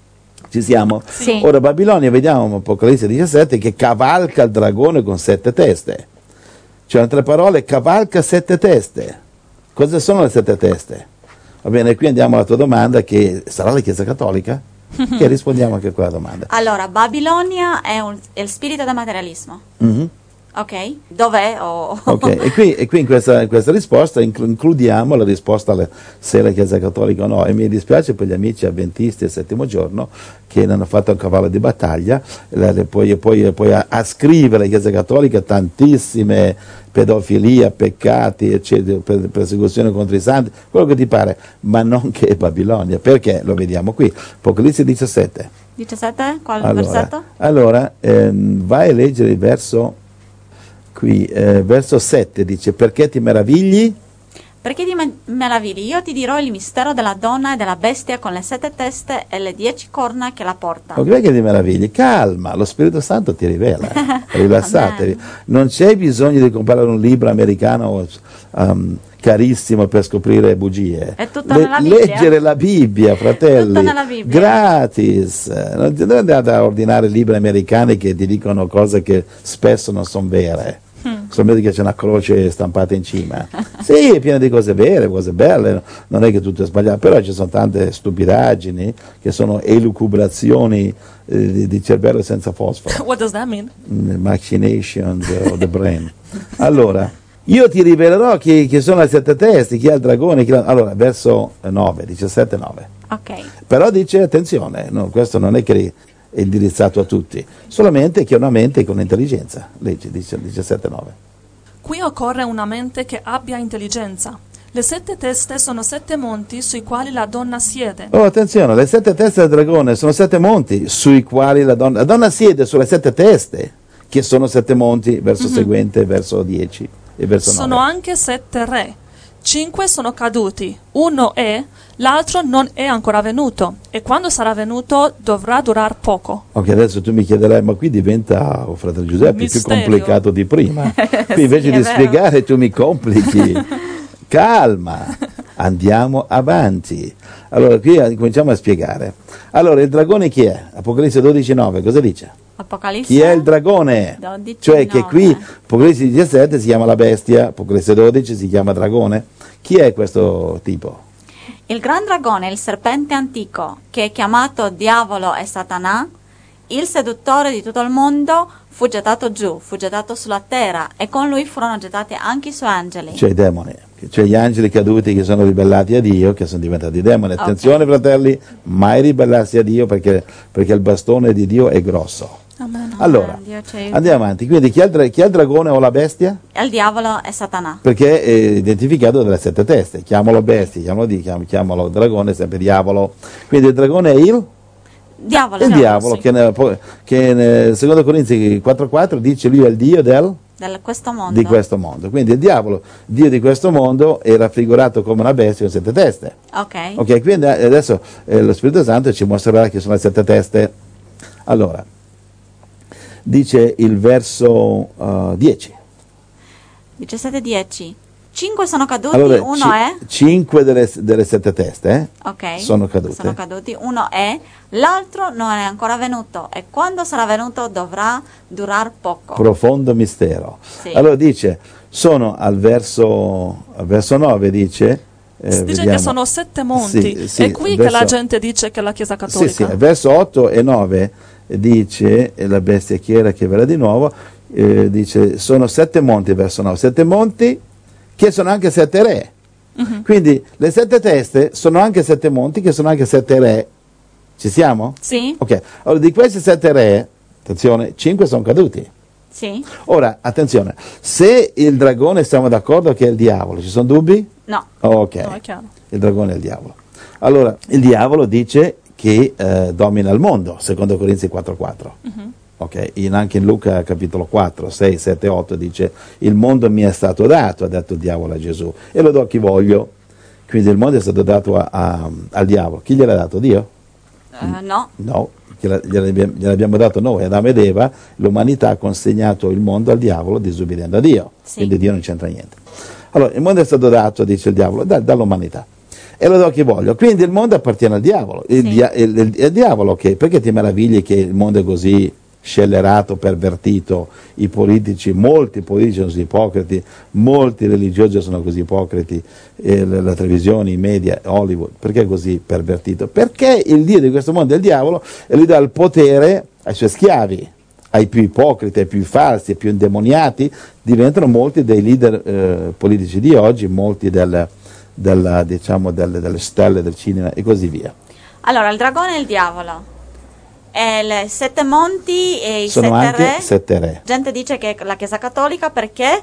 S3: ci siamo?
S1: Sì.
S3: Ora Babilonia, vediamo Apocalisse diciassette, che cavalca il dragone con sette teste, cioè in altre parole cavalca sette teste. Cosa sono le sette teste? Va bene, qui andiamo alla tua domanda, che sarà la Chiesa Cattolica? Che rispondiamo anche a quella domanda.
S1: Allora, Babilonia è, un, è il spirito del materialismo.
S3: Mm-hmm.
S1: Ok, dov'è? Oh.
S3: Ok, e qui, e qui in, questa, in questa risposta includiamo la risposta alle, se la Chiesa Cattolica o no, e mi dispiace per gli amici avventisti del settimo giorno che ne hanno fatto un cavallo di battaglia, le, le, poi, poi, poi ascrivere alla Chiesa Cattolica tantissime pedofilia, peccati, eccetera, persecuzione contro i santi, quello che ti pare, ma non che è Babilonia, perché lo vediamo qui, Apocalisse diciassette.
S1: diciassette? Qual
S3: allora,
S1: versetto?
S3: Allora, ehm, vai a leggere il verso... Qui, eh, verso sette dice: perché ti meravigli?
S1: Perché ti meravigli? Io ti dirò il mistero della donna e della bestia con le sette teste e le dieci corna che la porta.
S3: Ok, che ti meravigli? Calma, lo Spirito Santo ti rivela. Rilassatevi. Non c'è bisogno di comprare un libro americano um, carissimo per scoprire bugie.
S1: È tutta Le- nella Bibbia.
S3: Leggere la Bibbia, fratelli.
S1: Tutta nella Bibbia.
S3: Gratis. Non andate a ordinare libri americani che ti dicono cose che spesso non sono vere. Solamente che c'è una croce stampata in cima. Sì, è piena di cose vere, cose belle, non è che tutto è sbagliato, però ci sono tante stupidaggini che sono elucubrazioni eh, di, di cervello senza fosforo.
S2: What does that mean?
S3: Machinations of the brain. Allora, io ti rivelerò chi, chi sono le sette teste, chi è il dragone, chi la... Allora, verso nove, diciassette nove.
S1: Ok.
S3: Però dice, attenzione, no, questo non è che è indirizzato a tutti, solamente che una mente con intelligenza. Legge, dice diciassette nove.
S2: Qui occorre una mente che abbia intelligenza. Le sette teste sono sette monti sui quali la donna siede.
S3: Oh, attenzione, le sette teste del dragone sono sette monti sui quali la donna, la donna siede sulle sette teste, che sono sette monti, verso mm-hmm. seguente, verso dieci e verso nove.
S2: Sono anche sette re. Cinque sono caduti, uno è, l'altro non è ancora venuto, e quando sarà venuto dovrà durar poco.
S3: Ok, adesso tu mi chiederai, ma qui diventa, oh, fratello Giuseppe,
S2: Misterio.
S3: più complicato di prima. Qui invece
S1: Sì,
S3: di
S1: è vero.
S3: spiegare tu mi complichi. Calma, andiamo avanti. Allora, qui cominciamo a spiegare. Allora, il dragone chi è? Apocalisse dodici nove, cosa dice?
S1: Apocalisse.
S3: Chi è il dragone?
S1: dodici,
S3: Cioè che
S1: nove.
S3: qui Apocalisse diciassette si chiama la bestia, Apocalisse dodici si chiama dragone. Chi è questo tipo?
S1: Il gran dragone, il serpente antico, che è chiamato Diavolo e Satana, il seduttore di tutto il mondo, fu gettato giù, fu gettato sulla terra, e con lui furono gettati anche i suoi angeli.
S3: Cioè i demoni, cioè gli angeli caduti che sono ribellati a Dio, che sono diventati demoni. Attenzione,
S1: Okay.
S3: fratelli, mai ribellarsi a Dio, perché, perché il bastone di Dio è grosso.
S2: Amen.
S3: Allora,
S1: Dio ci aiuti.
S3: andiamo avanti. Quindi chi è, il, dra- chi è il dragone o la bestia?
S1: Il diavolo e Satana.
S3: Perché è identificato dalle sette teste. Chiamalo bestia, chiamalo, di, chiam- chiamalo dragone, sempre diavolo. Quindi il dragone è il?
S1: Diavolo.
S3: Il
S2: Diavolo,
S3: diavolo,
S2: sì.
S3: che, nel, che nel secondo Corinzi quattro quattro dice lui è il Dio del,
S1: Di questo mondo.
S3: di questo mondo. Quindi il diavolo, Dio di questo mondo, è raffigurato come una bestia con sette teste.
S1: Ok.
S3: Ok, quindi adesso eh, lo Spirito Santo ci mostrerà che sono le sette teste. Allora, dice il verso uh, dieci.
S1: diciassette dieci. Cinque sono caduti,
S3: Allora,
S1: uno
S3: ci-
S1: è...
S3: cinque delle, delle sette teste eh,
S1: Ok.
S3: sono cadute.
S1: Sono caduti, uno è, l'altro non è ancora venuto, e quando sarà venuto dovrà durar poco.
S3: Profondo mistero.
S1: Sì.
S3: Allora dice, sono al verso, al verso nove, dice... eh,
S2: dice
S3: vediamo.
S2: che sono sette monti.
S3: Sì, sì,
S2: è qui
S3: verso-
S2: che la gente dice che la Chiesa
S3: Sì,
S2: Cattolica.
S3: sì, verso otto e nove dice, e la bestia chiera che verrà di nuovo, eh, dice, sono sette monti, verso nove, sette monti che sono anche sette re.
S2: Mhm.
S3: Quindi le sette teste sono anche sette monti che sono anche sette re. Ci siamo?
S1: Sì?
S3: Ok, allora di questi sette re, attenzione, cinque sono caduti.
S1: Sì?
S3: Ora, attenzione, se il dragone siamo d'accordo che è il diavolo, ci sono dubbi?
S1: No.
S3: Ok,
S2: No, è chiaro.
S3: il dragone è il diavolo. Allora, il diavolo dice che eh, domina il mondo, secondo Corinzi quattro quattro. Uh-huh. Okay. In, anche in Luca capitolo quattro, sei, sette, otto dice: il mondo mi è stato dato, ha detto il diavolo a Gesù, e lo do a chi voglio. Quindi il mondo è stato dato a, a, al diavolo. Chi gliel'ha dato? Dio?
S1: Uh, no.
S3: No, gliel'abbiamo, gliel'abbiamo dato noi, Adamo ed Eva. L'umanità ha consegnato il mondo al diavolo disobbediendo a Dio, sì. Quindi Dio non c'entra niente. Allora, il mondo è stato dato, dice il diavolo, da, dall'umanità, e lo do a chi voglio. Quindi il mondo appartiene al diavolo. Il,
S1: sì.
S3: dia, il, il, il diavolo che, perché ti meravigli che il mondo è così scellerato, pervertito, i politici, molti politici sono ipocriti, molti religiosi sono così ipocriti, eh, la, la televisione, i media, Hollywood, perché è così pervertito? Perché il Dio di questo mondo è il diavolo e lui dà il potere ai suoi schiavi, ai più ipocriti, ai più falsi, ai più indemoniati, diventano molti dei leader eh, politici di oggi, molti del, del, diciamo, del, delle stelle del cinema e così via.
S1: Allora, il dragone e il diavolo. E le sette monti e i
S3: sono
S1: sette
S3: anche
S1: re.
S3: sette re.
S1: Gente dice che è la Chiesa Cattolica perché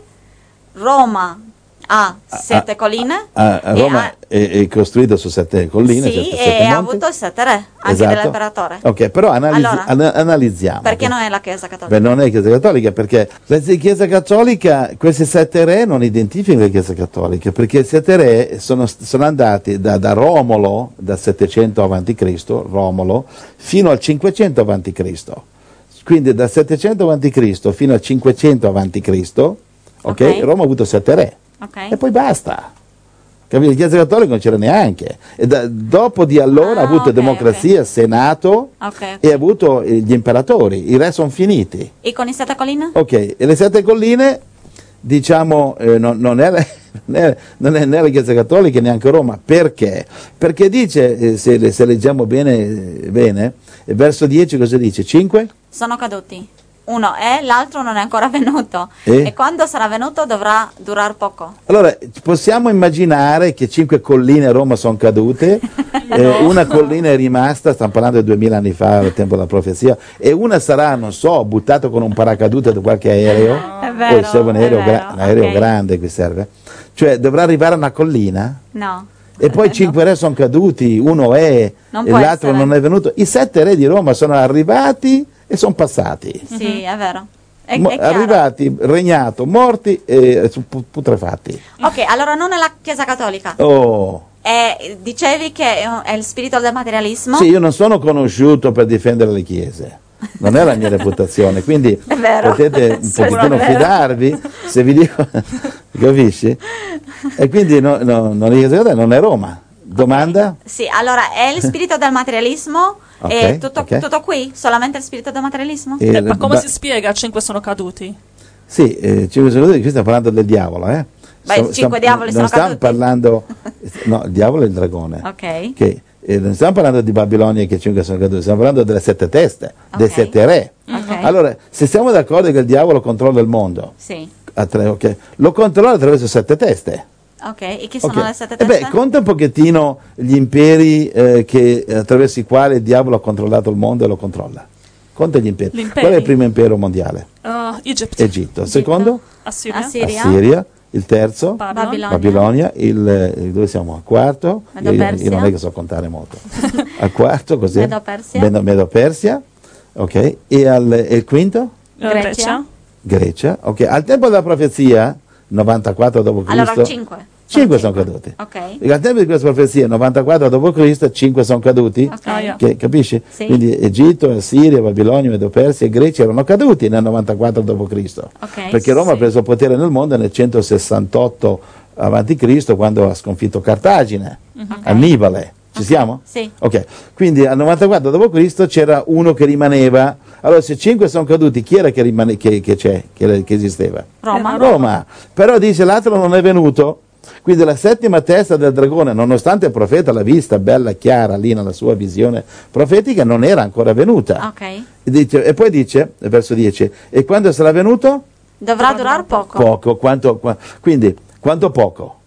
S1: Roma ha sette
S3: a,
S1: colline.
S3: A, a Roma
S1: ha,
S3: è, è costruito su sette colline.
S1: Sì,
S3: sette,
S1: e
S3: sette
S1: ha
S3: monti.
S1: avuto sette re, anche
S3: Esatto.
S1: dell'imperatore.
S3: Ok, però analizzi,
S1: allora,
S3: an- analizziamo.
S1: Perché non è la Chiesa Cattolica?
S3: Beh, non è la Chiesa Cattolica, perché la Chiesa Cattolica, questi sette re non identificano la Chiesa Cattolica, perché i sette re sono, sono andati da, da Romolo, da settecento avanti Cristo, Romolo, fino al cinquecento avanti Cristo. Quindi da settecento avanti Cristo fino al cinquecento avanti Cristo, okay, okay. Roma ha avuto sette re.
S1: Okay.
S3: E poi basta. Capito? La Chiesa Cattolica non c'era neanche. E da, dopo di allora
S1: ah,
S3: ha avuto
S1: okay,
S3: democrazia,
S1: okay.
S3: Senato
S1: okay, okay.
S3: e ha avuto eh, gli imperatori. I re sono finiti.
S1: E con i sette colline?
S3: Ok, e le sette colline, diciamo, eh, non, non, è, non, è, non è né la Chiesa Cattolica neanche Roma. Perché? Perché dice, eh, se, se leggiamo bene, bene, verso dieci cosa dice? cinque?
S1: Sono caduti. Uno è, l'altro non è ancora venuto.
S3: E?
S1: e quando sarà venuto dovrà durare poco.
S3: Allora, possiamo immaginare che cinque colline a Roma sono cadute, no. eh, una collina è rimasta, stiamo parlando di duemila anni fa, al tempo della profezia, e una sarà, non so, buttata con un paracadute da qualche aereo,
S1: è vero,
S3: poi serve un aereo,
S1: vero,
S3: gra- un aereo
S1: okay.
S3: grande che serve, cioè dovrà arrivare a una collina?
S1: No.
S3: E poi
S1: no.
S3: cinque re sono caduti, uno è
S1: non
S3: e l'altro
S1: essere.
S3: non è venuto. I sette re di Roma sono arrivati e sono passati.
S1: Sì, mm-hmm. è vero. È,
S3: Mo-
S1: è
S3: arrivati, regnato, morti e putrefatti.
S1: Ok, allora non è la Chiesa Cattolica.
S3: Oh.
S1: E dicevi che è il spirito del materialismo?
S3: Sì, io non sono conosciuto per difendere le chiese. Non è la mia reputazione, quindi potete un pochettino fidarvi se vi dico, capisci? E quindi no, no, non, è, non è Roma. Domanda?
S1: Okay. Sì, allora è il spirito del materialismo
S3: okay,
S1: e tutto,
S3: okay.
S1: tutto qui? Solamente il spirito del materialismo?
S2: Eh, ma come ba- si spiega cinque sono caduti?
S3: Sì, eh, cinque sono caduti, qui stiamo parlando del diavolo, eh?
S1: Beh,
S3: stiamo,
S1: cinque
S3: stiamo,
S1: diavoli sono
S3: non stiamo
S1: caduti?
S3: parlando, no, il diavolo è il dragone.
S1: Ok.
S3: Okay. Eh, non stiamo parlando di Babilonia che cinque sono caduti, stiamo parlando delle sette teste, okay. dei sette re.
S1: Okay.
S3: Allora, se siamo d'accordo che il diavolo controlla il mondo,
S1: sì.
S3: attra- okay, lo controlla attraverso sette teste.
S1: Ok, e chi sono
S3: okay.
S1: le sette teste?
S3: E beh, conta un pochettino gli imperi eh, che, attraverso i quali il diavolo ha controllato il mondo e lo controlla. Conta gli imperi.
S2: L'imperi.
S3: Qual è il primo impero mondiale?
S2: Uh, Egypt.
S3: Egitto. Il secondo?
S2: Assiria.
S1: Assiria.
S3: Assiria. Il terzo?
S1: Babilonia.
S3: Babilonia. Il, il, dove siamo? Al quarto? Io, io non è che so contare molto. Al quarto, così?
S1: Medo-Persia.
S3: Medo, Medo-Persia. Ok. E, al, e il quinto?
S2: Grecia.
S3: Grecia. Ok. Al tempo della profezia, novantaquattro dopo Cristo.
S1: Allora cinque.
S3: cinque sono caduti.
S1: Okay.
S3: E al tempo di questa profezia, novantaquattro dopo Cristo, cinque sono caduti.
S1: Okay.
S3: Che, capisci?
S1: Sì.
S3: Quindi Egitto, Assiria, Babilonia, Medo-Persia e Grecia erano caduti nel novantaquattro dopo Cristo.
S1: Okay.
S3: Perché Roma
S2: Sì.
S3: ha preso potere nel mondo nel centosessantotto avanti Cristo quando ha sconfitto Cartagine,
S1: okay.
S3: Annibale. Ci
S1: okay.
S3: siamo?
S1: Sì.
S3: Ok. Quindi al novantaquattro dopo Cristo c'era uno che rimaneva. Allora se cinque sono caduti, chi era che, rimane, che, che c'è, che, che esisteva?
S1: Roma.
S3: Roma. Però dice l'altro non è venuto. Quindi la settima testa del dragone, nonostante il profeta l'ha vista bella chiara lì nella sua visione profetica, non era ancora venuta.
S1: Okay.
S3: E, dice, e poi dice, verso dieci, e quando sarà venuto?
S1: Dovrà durare poco.
S3: Poco, quanto, qua, quindi quanto poco?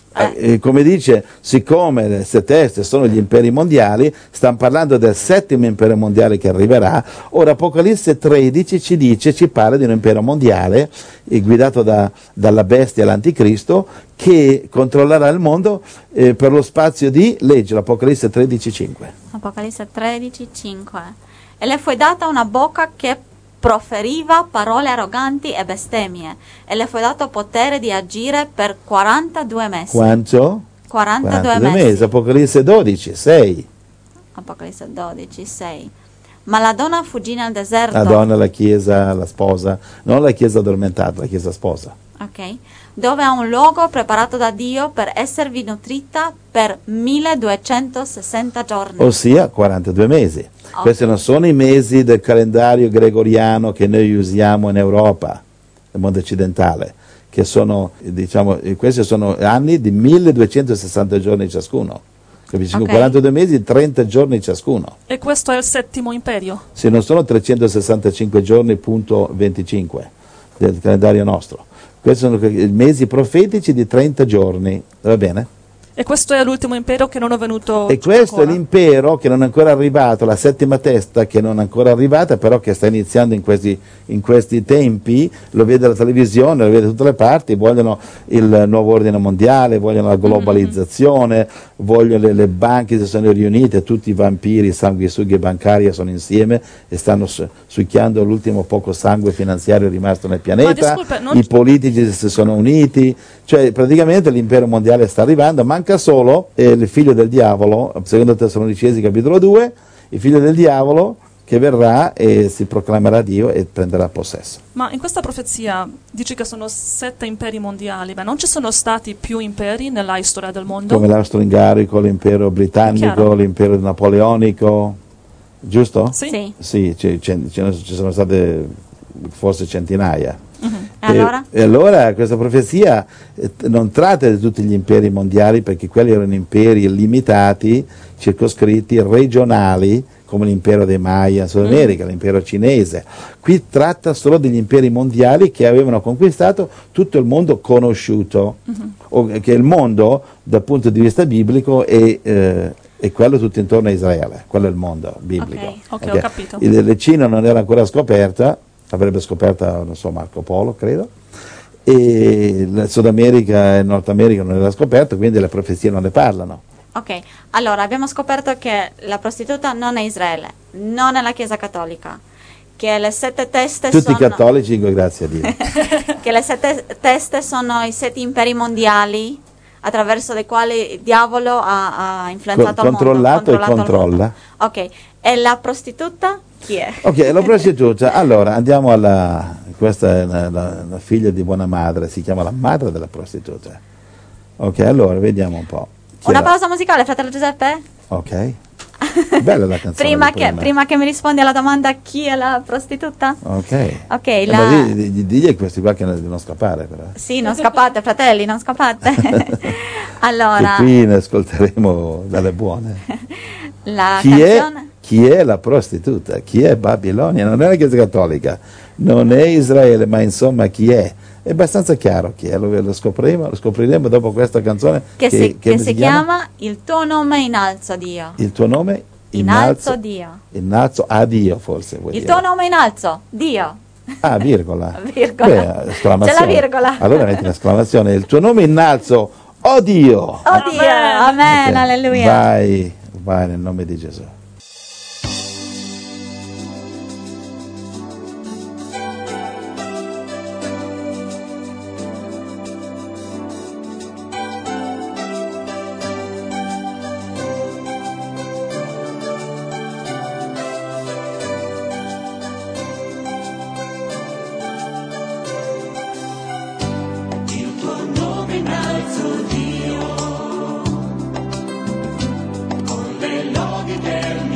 S3: Eh. Eh, come dice, siccome le sette teste sono gli imperi mondiali, stanno parlando del settimo impero mondiale che arriverà. Ora Apocalisse tredici ci dice, ci parla di un impero mondiale eh, guidato da, dalla bestia, l'anticristo, che controllerà il mondo eh, per lo spazio di, legge l'Apocalisse tredici cinque.
S1: Apocalisse tredici cinque. E le fu data una bocca che proferiva parole arroganti e bestemmie, e le fu dato potere di agire per quarantadue mesi.
S3: Quanto?
S1: quarantadue,
S3: quarantadue
S1: mesi.
S3: mesi. Apocalisse dodici sei.
S1: Apocalisse dodici sei. Ma la donna fuggì nel deserto.
S3: La donna, la chiesa, la sposa, non la chiesa addormentata, la chiesa sposa.
S1: Ok. Dove ha un luogo preparato da Dio per esservi nutrita per milleduecentosessanta giorni.
S3: Ossia quarantadue mesi.
S1: Okay.
S3: Questi non sono i mesi del calendario gregoriano che noi usiamo in Europa, nel mondo occidentale, che sono, diciamo, questi sono anni di milleduecentosessanta giorni ciascuno. Capisci? Okay. quarantadue mesi, trenta giorni ciascuno.
S2: E questo è il settimo imperio?
S3: Sì, non sono trecentosessantacinque giorni, punto venticinque del calendario nostro. Questi sono mesi profetici di trenta giorni, va bene?
S2: E questo è l'ultimo impero che non è venuto
S3: E questo
S2: ancora.
S3: è l'impero che non è ancora arrivato, la settima testa che non è ancora arrivata, però che sta iniziando in questi, in questi tempi, lo vede la televisione, lo vede da tutte le parti, vogliono il nuovo ordine mondiale, vogliono la globalizzazione, mm-hmm. vogliono le, le banche si sono riunite, tutti i vampiri, i sanguisughe bancari sono insieme e stanno su, succhiando l'ultimo poco sangue finanziario rimasto nel pianeta,
S2: disculpa, non...
S3: i politici si sono uniti, cioè praticamente l'impero mondiale sta arrivando, manca solo eh, il figlio del diavolo, secondo Tessalonicesi capitolo due, il figlio del diavolo che verrà e si proclamerà Dio e prenderà possesso.
S2: Ma in questa profezia dici che sono sette imperi mondiali, ma non ci sono stati più imperi nella storia del mondo?
S3: Come l'austro-ungarico, l'impero britannico, l'impero napoleonico, giusto?
S2: Sì.
S1: Sì.
S3: Sì, ci, ci, ci sono state forse centinaia.
S1: Uh-huh. E,
S3: E,
S1: allora?
S3: e allora questa profezia eh, non tratta di tutti gli imperi mondiali, perché quelli erano imperi limitati, circoscritti, regionali, come l'impero dei Maya in Sud America, mm. l'impero cinese. Qui tratta solo degli imperi mondiali che avevano conquistato tutto il mondo conosciuto, mm-hmm. o che il mondo dal punto di vista biblico è, eh, è quello tutto intorno a Israele, quello è il mondo biblico.
S2: Ok, okay,
S3: okay.
S2: Ho capito.
S3: Il, la Cina non era ancora scoperta, avrebbe scoperta, non so, Marco Polo, credo, e il Sud America e il Nord America non era scoperto, quindi le profezie non ne parlano.
S1: Ok, allora abbiamo scoperto che la prostituta non è Israele, non è la Chiesa Cattolica, che le sette teste
S3: Tutti
S1: sono...
S3: i cattolici, grazie a Dio.
S1: che le sette teste sono i sette imperi mondiali attraverso dei quali il diavolo ha, ha influenzato
S3: Co-
S1: il mondo.
S3: controllato e controlla.
S1: Ok, e la prostituta chi è?
S3: Ok, la prostituta, allora andiamo alla... questa è la, la, la figlia di buona madre, si chiama la madre della prostituta. Ok, allora vediamo un po'. Chi
S1: Una
S3: era?
S1: pausa musicale, fratello Giuseppe?
S3: Ok. Bella la canzone.
S1: prima, che, prima che mi rispondi alla domanda chi è la prostituta?
S3: Ok.
S1: Ok,
S3: eh,
S1: la...
S3: ma di, di, digli a questi qua che non, non scappare però.
S1: Sì, non scappate fratelli, non scappate. Allora...
S3: Che qui ne ascolteremo dalle buone.
S1: La
S3: chi,
S1: canzone...
S3: è, chi è la prostituta? Chi è Babilonia? Non è la Chiesa Cattolica, non è Israele, ma insomma chi è? È abbastanza chiaro chi è, lo, lo, scopriremo, lo scopriremo dopo questa canzone
S1: che,
S3: che,
S1: si,
S3: che
S1: che
S3: si
S1: si
S3: chiama?
S1: chiama Il tuo nome innalzo Dio.
S3: Il tuo nome?
S1: Innalzo, innalzo Dio.
S3: Innalzo a Dio forse vuoi
S1: Il
S3: dire.
S1: tuo nome innalzo Dio.
S3: Ah, virgola.
S1: virgola.
S3: Beh, esclamazione.
S1: C'è la virgola.
S3: Allora metti un'esclamazione. Il tuo nome innalzo, oh Dio.
S1: Oh Dio, amen,
S3: Okay.
S1: alleluia.
S3: Vai, vai nel nome di Gesù.
S4: Con le lodi del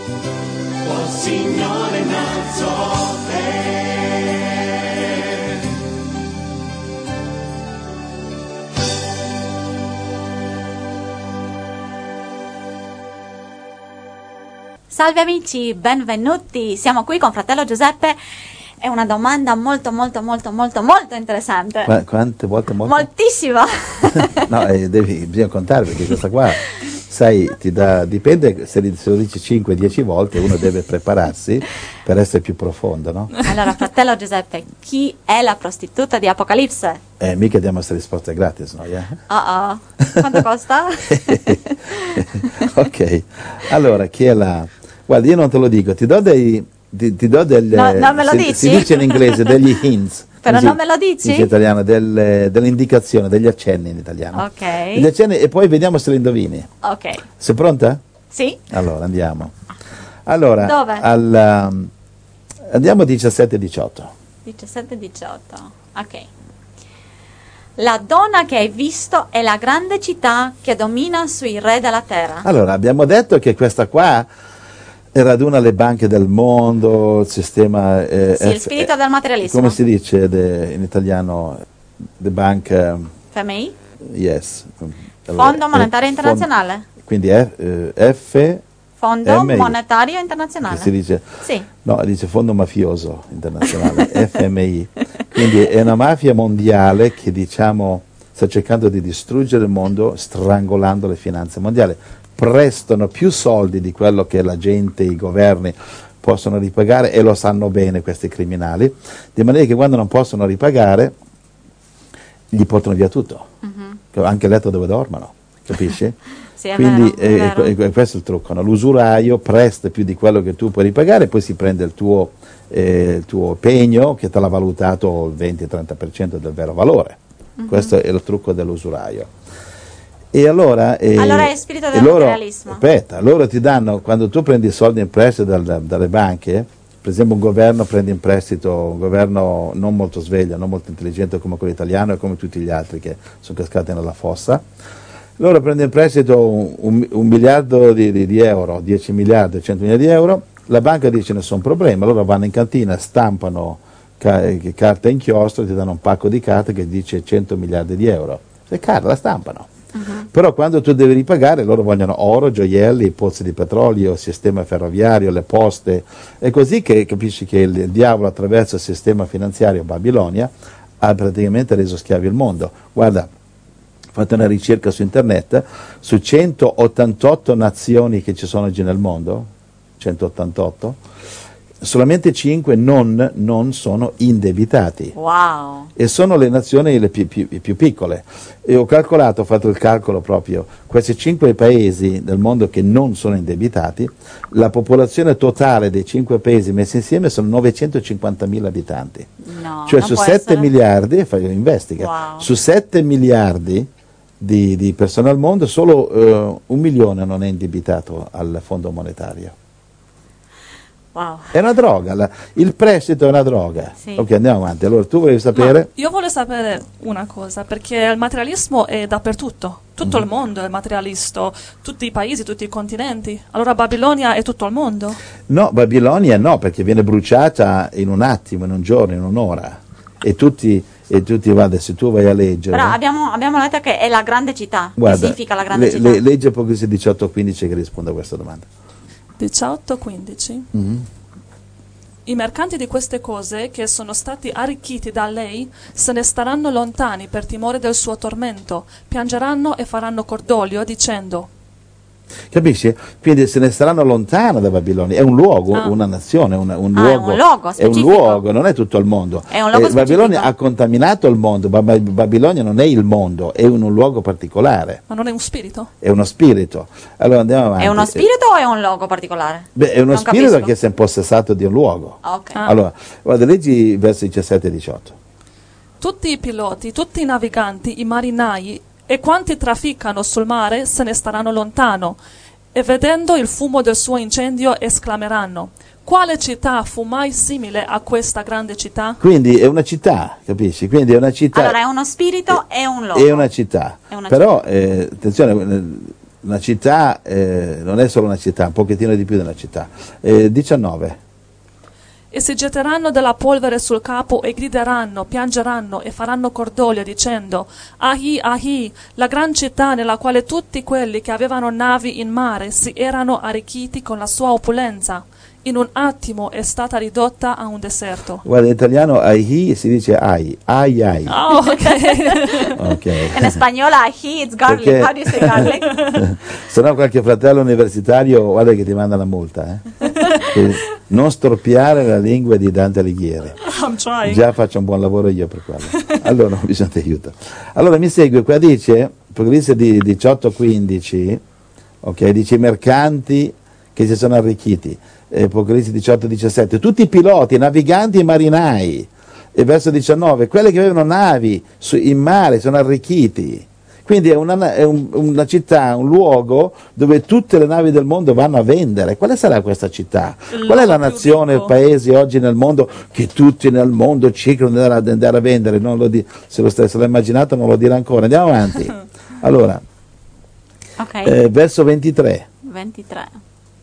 S4: Oh Signore, innalzo te.
S1: Salve amici, benvenuti. Siamo qui con fratello Giuseppe. È una domanda molto molto molto molto molto interessante.
S3: Qua- quante volte molto?
S1: Moltissimo.
S3: No, eh, devi, bisogna contare, perché questa qua, sai, ti dà, dipende se li- se lo dici cinque dieci volte, uno deve prepararsi per essere più profondo, no?
S1: Allora, fratello Giuseppe, chi è la prostituta di Apocalisse?
S3: Eh, mica diamo queste risposte gratis, no? Yeah?
S1: Oh oh. Quanto costa?
S3: Ok, allora, chi è la... Guarda, io non te lo dico, ti do dei... Ti, ti do del,
S1: No, non me lo
S3: si,
S1: dici?
S3: si dice in inglese degli hints.
S1: Però
S3: così,
S1: non me lo dici?
S3: In italiano, del, delle indicazioni, degli accenni in italiano.
S1: Ok.
S3: Degli accenni e poi vediamo se li indovini.
S1: Ok.
S3: Sei pronta?
S1: Sì?
S3: Allora, andiamo. Allora,
S1: Dove?
S3: al, um, andiamo diciassette diciotto.
S1: diciassette diciotto. Ok. La donna che hai visto è la grande città che domina sui re della terra.
S3: Allora, abbiamo detto che questa qua raduna le banche del mondo, il sistema... eh,
S1: Sì, il
S3: F-
S1: spirito del materialismo.
S3: Come si dice de- in italiano? The bank... um,
S1: F M I?
S3: yes.
S1: Fondo
S3: Eh,
S1: Monetario
S3: eh,
S1: Internazionale.
S3: fond- quindi F, eh, F
S1: Fondo
S3: M I,
S1: Monetario
S3: che
S1: Internazionale.
S3: si dice...
S1: Sì.
S3: No, dice Fondo Mafioso Internazionale, F M I. Quindi è una mafia mondiale che, diciamo, sta cercando di distruggere il mondo strangolando le finanze mondiali. Prestano più soldi di quello che la gente, i governi possono ripagare, e lo sanno bene questi criminali, di maniera che quando non possono ripagare gli portano via tutto,
S1: Mhm.
S3: anche il letto dove dormono, capisci?
S1: Sì, è
S3: Quindi
S1: vero, è
S3: eh,
S1: vero.
S3: que- que- questo è il trucco, no? L'usuraio presta più di quello che tu puoi ripagare, poi si prende il tuo, eh, il tuo pegno che te l'ha valutato il venti trenta per cento del vero valore.
S1: Mhm.
S3: Questo è il trucco dell'usuraio. E allora, eh,
S1: Allora è spirito del
S3: e loro,
S1: materialismo.
S3: aspetta, loro ti danno, quando tu prendi soldi in prestito dal- dalle banche, per esempio un governo prende in prestito, un governo non molto sveglio, non molto intelligente come quello italiano e come tutti gli altri che sono cascati nella fossa, loro prendono in prestito un, un- un miliardo di, di- di euro, dieci miliardi, cento miliardi di euro, la banca dice nessun problema, loro vanno in cantina, stampano ca- eh, carta inchiostro, ti danno un pacco di carte che dice cento miliardi di euro, e carta la stampano.
S1: Mhm.
S3: Però quando tu devi ripagare loro vogliono oro, gioielli, pozzi di petrolio, sistema ferroviario, le poste. È così che capisci che il, il diavolo attraverso il sistema finanziario Babilonia ha praticamente reso schiavi il mondo. Guarda, fate una ricerca su internet, su centottantotto nazioni che ci sono oggi nel mondo, centottantotto, solamente cinque non, non sono indebitati.
S1: Wow.
S3: E sono le nazioni le più, più- più piccole. E ho calcolato, ho fatto il calcolo proprio, questi cinque paesi del mondo che non sono indebitati, la popolazione totale dei cinque paesi messi insieme sono novecentocinquantamila abitanti.
S1: No,
S3: Cioè
S1: non
S3: su
S1: può
S3: sette
S1: essere.
S3: miliardi, fai, investiga,
S1: Wow.
S3: su sette miliardi di, di persone al mondo, solo eh, un milione non è indebitato al Fondo Monetario.
S1: Wow.
S3: È una droga, la- il prestito è una droga.
S1: Sì.
S3: Ok, andiamo avanti. Allora, tu volevi sapere?
S2: Ma io voglio sapere una cosa, perché il materialismo è dappertutto. Tutto
S3: Mhm.
S2: il mondo è materialista, tutti i paesi, tutti i continenti. Allora Babilonia è tutto il mondo?
S3: No, Babilonia no, perché viene bruciata in un attimo, in un giorno, in un'ora. E tutti, e tutti guarda, se tu vai a leggere...
S1: Però abbiamo, abbiamo letto che è la grande città.
S3: guarda,
S1: che significa la grande
S3: le-
S1: città?
S3: le- legge Apocalisse diciotto quindici che risponde a questa domanda.
S2: diciotto quindici.
S3: Mhm.
S2: I mercanti di queste cose, che sono stati arricchiti da lei, se ne staranno lontani per timore del suo tormento, piangeranno e faranno cordoglio, dicendo:
S3: Capisci? Quindi se ne staranno lontano da Babilonia, è un luogo,
S2: Ah.
S3: una nazione, un, un
S1: Ah, è
S3: luogo,
S1: un luogo
S3: è un
S1: specifico.
S3: luogo, non è tutto il mondo.
S1: È un luogo
S3: Eh, Babilonia
S1: specifico.
S3: ha contaminato il mondo, ma Bab- Babilonia non è il mondo, è un, un luogo particolare,
S2: Ma non è un spirito?
S3: è uno spirito. Allora andiamo avanti.
S1: È uno spirito o è un logo particolare?
S3: Beh, è uno
S1: Non
S3: spirito
S1: capisco.
S3: che si è impossessato di un luogo.
S1: Ah, ok.
S2: Ah.
S3: Allora, guarda, leggi versi diciassette e diciotto.
S2: Tutti i piloti, tutti i naviganti, i marinai e quanti trafficano sul mare se ne staranno lontano, e vedendo il fumo del suo incendio esclameranno: quale città fu mai simile a questa grande città?
S3: Quindi è una città, capisci? Quindi è una città.
S1: Allora è uno spirito e un logo.
S3: È una città.
S1: È una
S3: Però, eh, attenzione, eh, una città eh, non è solo una città, un pochettino di più della città. Eh, diciannove.
S2: E si getteranno della polvere sul capo e grideranno, piangeranno e faranno cordoglio dicendo: Ahi, ahi, la gran città nella quale tutti quelli che avevano navi in mare si erano arricchiti con la sua opulenza. In un attimo è stata ridotta a un deserto.
S3: Guarda, in italiano ahi si dice ai, ai ai.
S2: Oh, ok.
S3: Okay.
S1: In spagnolo ají, it's garlic.
S3: Perché-
S1: How do you say garlic?
S3: Se no qualche fratello universitario, guarda che ti manda la multa. Eh? Che non storpiare la lingua di Dante Alighieri.
S2: I'm trying.
S3: Già faccio un buon lavoro io per quello. Allora non bisogna ti aiuto. Allora mi segue, qua dice, Apocalisse di diciotto quindici, ok, dice i mercanti che si sono arricchiti. Apocalisse diciotto diciassette, tutti i piloti, naviganti e marinai. E verso diciannove, quelli che avevano navi su, in mare sono arricchiti. Quindi è, una, è un, una città, un luogo dove tutte le navi del mondo vanno a vendere. Quale sarà questa città?
S2: Il
S3: Qual è la
S2: luogo più
S3: nazione, il
S2: ricco.
S3: paese oggi nel mondo che tutti nel mondo cercano di andare, a- di andare a vendere? Non lo di, se, lo, se l'ha immaginato non lo dirà ancora. Andiamo avanti. Allora,
S1: Ok,
S3: eh, verso ventitré.
S1: ventitré.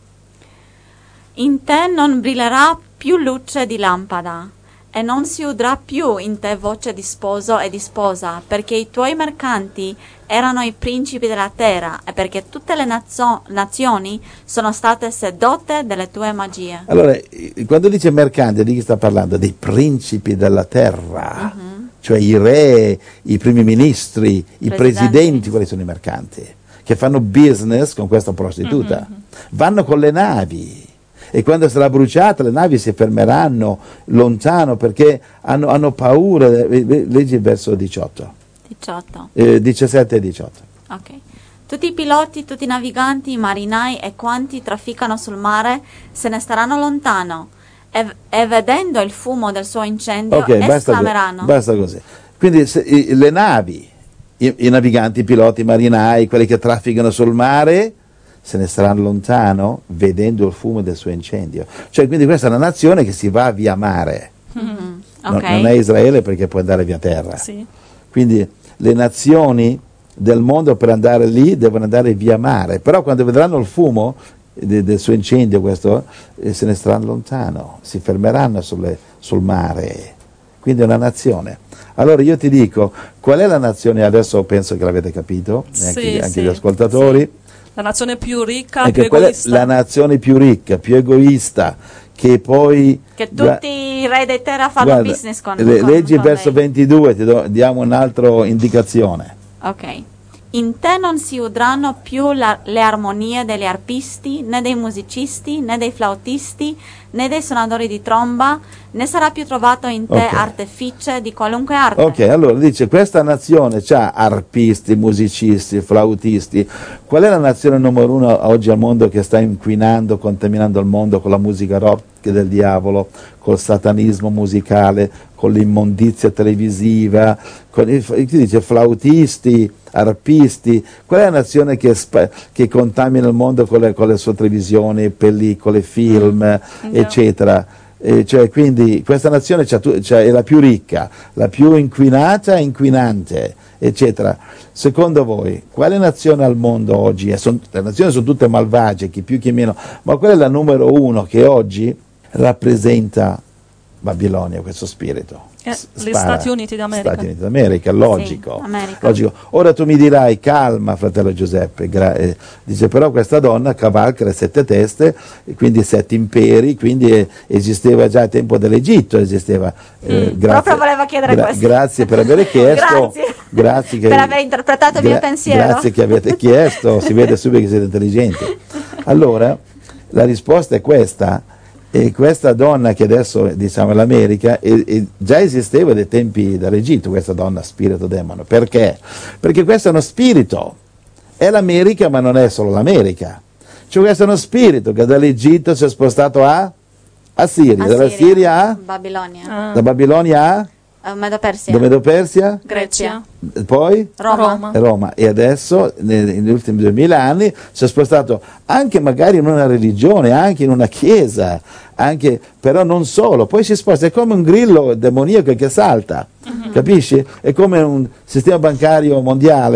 S1: In te non brillerà più luce di lampada, e non si udrà più in te voce di sposo e di sposa, perché i tuoi mercanti erano i principi della terra, e perché tutte le nazio- nazioni sono state sedotte delle tue magie.
S3: Allora, eh, quando dice mercante, di chi sta parlando? Dei principi della terra, cioè i re, i primi ministri, i
S1: Presidenti.
S3: presidenti, quali sono i mercanti? Che fanno business con questa prostituta. Vanno con le navi. E quando sarà bruciata le navi si fermeranno lontano perché hanno, hanno paura. Leggi il verso diciotto,
S1: diciotto.
S3: eh, diciassette e diciotto.
S1: Ok. Tutti i piloti, tutti i naviganti, i marinai e quanti trafficano sul mare se ne staranno lontano e, e vedendo il fumo del suo incendio
S3: Ok, basta,
S1: esclameranno.
S3: basta così. Quindi se, i, le navi, i, i naviganti, i piloti, i marinai, quelli che trafficano sul mare, se ne staranno lontano vedendo il fumo del suo incendio. Cioè, quindi questa è una nazione che si va via mare.
S1: Mhm.
S3: Non-
S1: Ok.
S3: non è Israele perché può andare via terra.
S2: Sì.
S3: Quindi le nazioni del mondo per andare lì devono andare via mare, però quando vedranno il fumo de- del suo incendio questo, eh, se ne staranno lontano, si fermeranno sulle- sul mare. Quindi è una nazione. Allora io ti dico, qual è la nazione, adesso penso che l'avete capito, anche,
S2: Sì,
S3: anche
S2: sì,
S3: gli ascoltatori,
S2: sì. La nazione più ricca,
S3: anche
S2: più
S3: quella è
S2: egoista.
S3: la nazione più ricca, più egoista, che poi...
S1: Che tutti i re di terra fanno
S3: Guarda,
S1: business con,
S3: le-
S1: con-
S3: leggi il
S1: con
S3: verso
S1: lei.
S3: ventidue, ti do- diamo un'altra indicazione.
S1: Ok. In te non si udranno più la- le armonie degli arpisti, né dei musicisti, né dei flautisti, né dei suonatori di tromba, né sarà più trovato in te
S3: Ok.
S1: artefice di qualunque arte.
S3: Ok, allora dice questa nazione ha arpisti, musicisti, flautisti. Qual è la nazione numero uno oggi al mondo che sta inquinando, contaminando il mondo con la musica rock del diavolo, col satanismo musicale, con l'immondizia televisiva, con i, chi dice flautisti, arpisti? Qual è la nazione che, spa- che contamina il mondo con le, con le sue televisioni, pellicole, film,
S2: No.
S3: eccetera? Eh, cioè, quindi questa nazione c'ha tu- c'ha- è la più ricca, la più inquinata e inquinante, eccetera. Secondo voi, quale nazione al mondo oggi è? Son- le nazioni sono tutte malvagie, chi più chi meno, ma qual è la numero uno che oggi rappresenta Babilonia, questo spirito?
S2: Eh,
S3: S-
S2: gli
S3: spara.
S2: Stati Uniti d'America.
S3: Stati Uniti d'America, logico.
S1: Sì, America.
S3: logico. Ora tu mi dirai, calma fratello Giuseppe, gra- eh, dice però questa donna cavalca le sette teste, e quindi sette imperi, quindi eh, esisteva già al tempo dell'Egitto, esisteva. eh, grazie,
S1: proprio volevo chiedere questo.
S3: Grazie per aver chiesto.
S1: Grazie.
S3: grazie che-
S1: Per aver interpretato il mio pensiero.
S3: Grazie che avete chiesto, si vede subito che siete intelligenti. Allora, la risposta è questa. E questa donna che adesso diciamo è l'America e, e già esisteva dai tempi dell'Egitto, questa donna spirito demono. Perché? Perché questo è uno spirito, è l'America ma non è solo l'America, cioè questo è uno spirito che dall'Egitto si è spostato a, a Siria, dalla
S1: Assiria,
S3: Siria a,
S1: Babilonia,
S2: Ah,
S3: da Babilonia a,
S1: Eh, Medo-Persia,
S3: da Medo-Persia,
S1: Grecia,
S3: poi
S1: Roma.
S2: Roma.
S3: Roma, e adesso ne- negli ultimi duemila anni si è spostato anche magari in una religione, anche in una chiesa, anche, però non solo, poi si sposta, è come un grillo demoniaco che salta, capisci? È come un sistema bancario mondiale,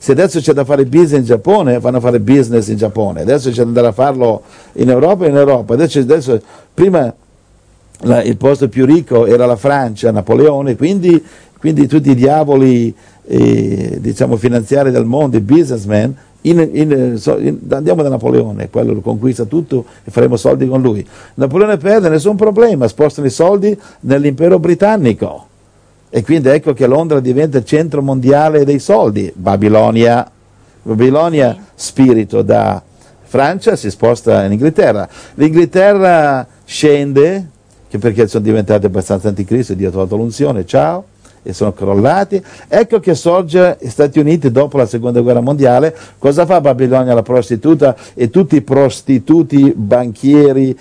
S3: Se adesso c'è da fare business in Giappone, fanno fare business in Giappone, adesso c'è da andare a farlo in Europa, in Europa, adesso, adesso prima la, il posto più ricco era la Francia, Napoleone, quindi, quindi tutti i diavoli eh, diciamo finanziari del mondo, i businessmen, in, in, so, in, andiamo da Napoleone, quello lo conquista tutto e faremo soldi con lui. Napoleone perde, nessun problema, spostano i soldi nell'impero britannico. E quindi ecco che Londra diventa il centro mondiale dei soldi. Babilonia, Babilonia, spirito da Francia si sposta in Inghilterra. L'Inghilterra scende, che perché sono diventati abbastanza anticristo, Dio ha tolto l'unzione, ciao, e sono crollati. Ecco che sorge gli Stati Uniti dopo la seconda guerra mondiale. Cosa fa Babilonia, la prostituta, e tutti i prostituti, banchieri,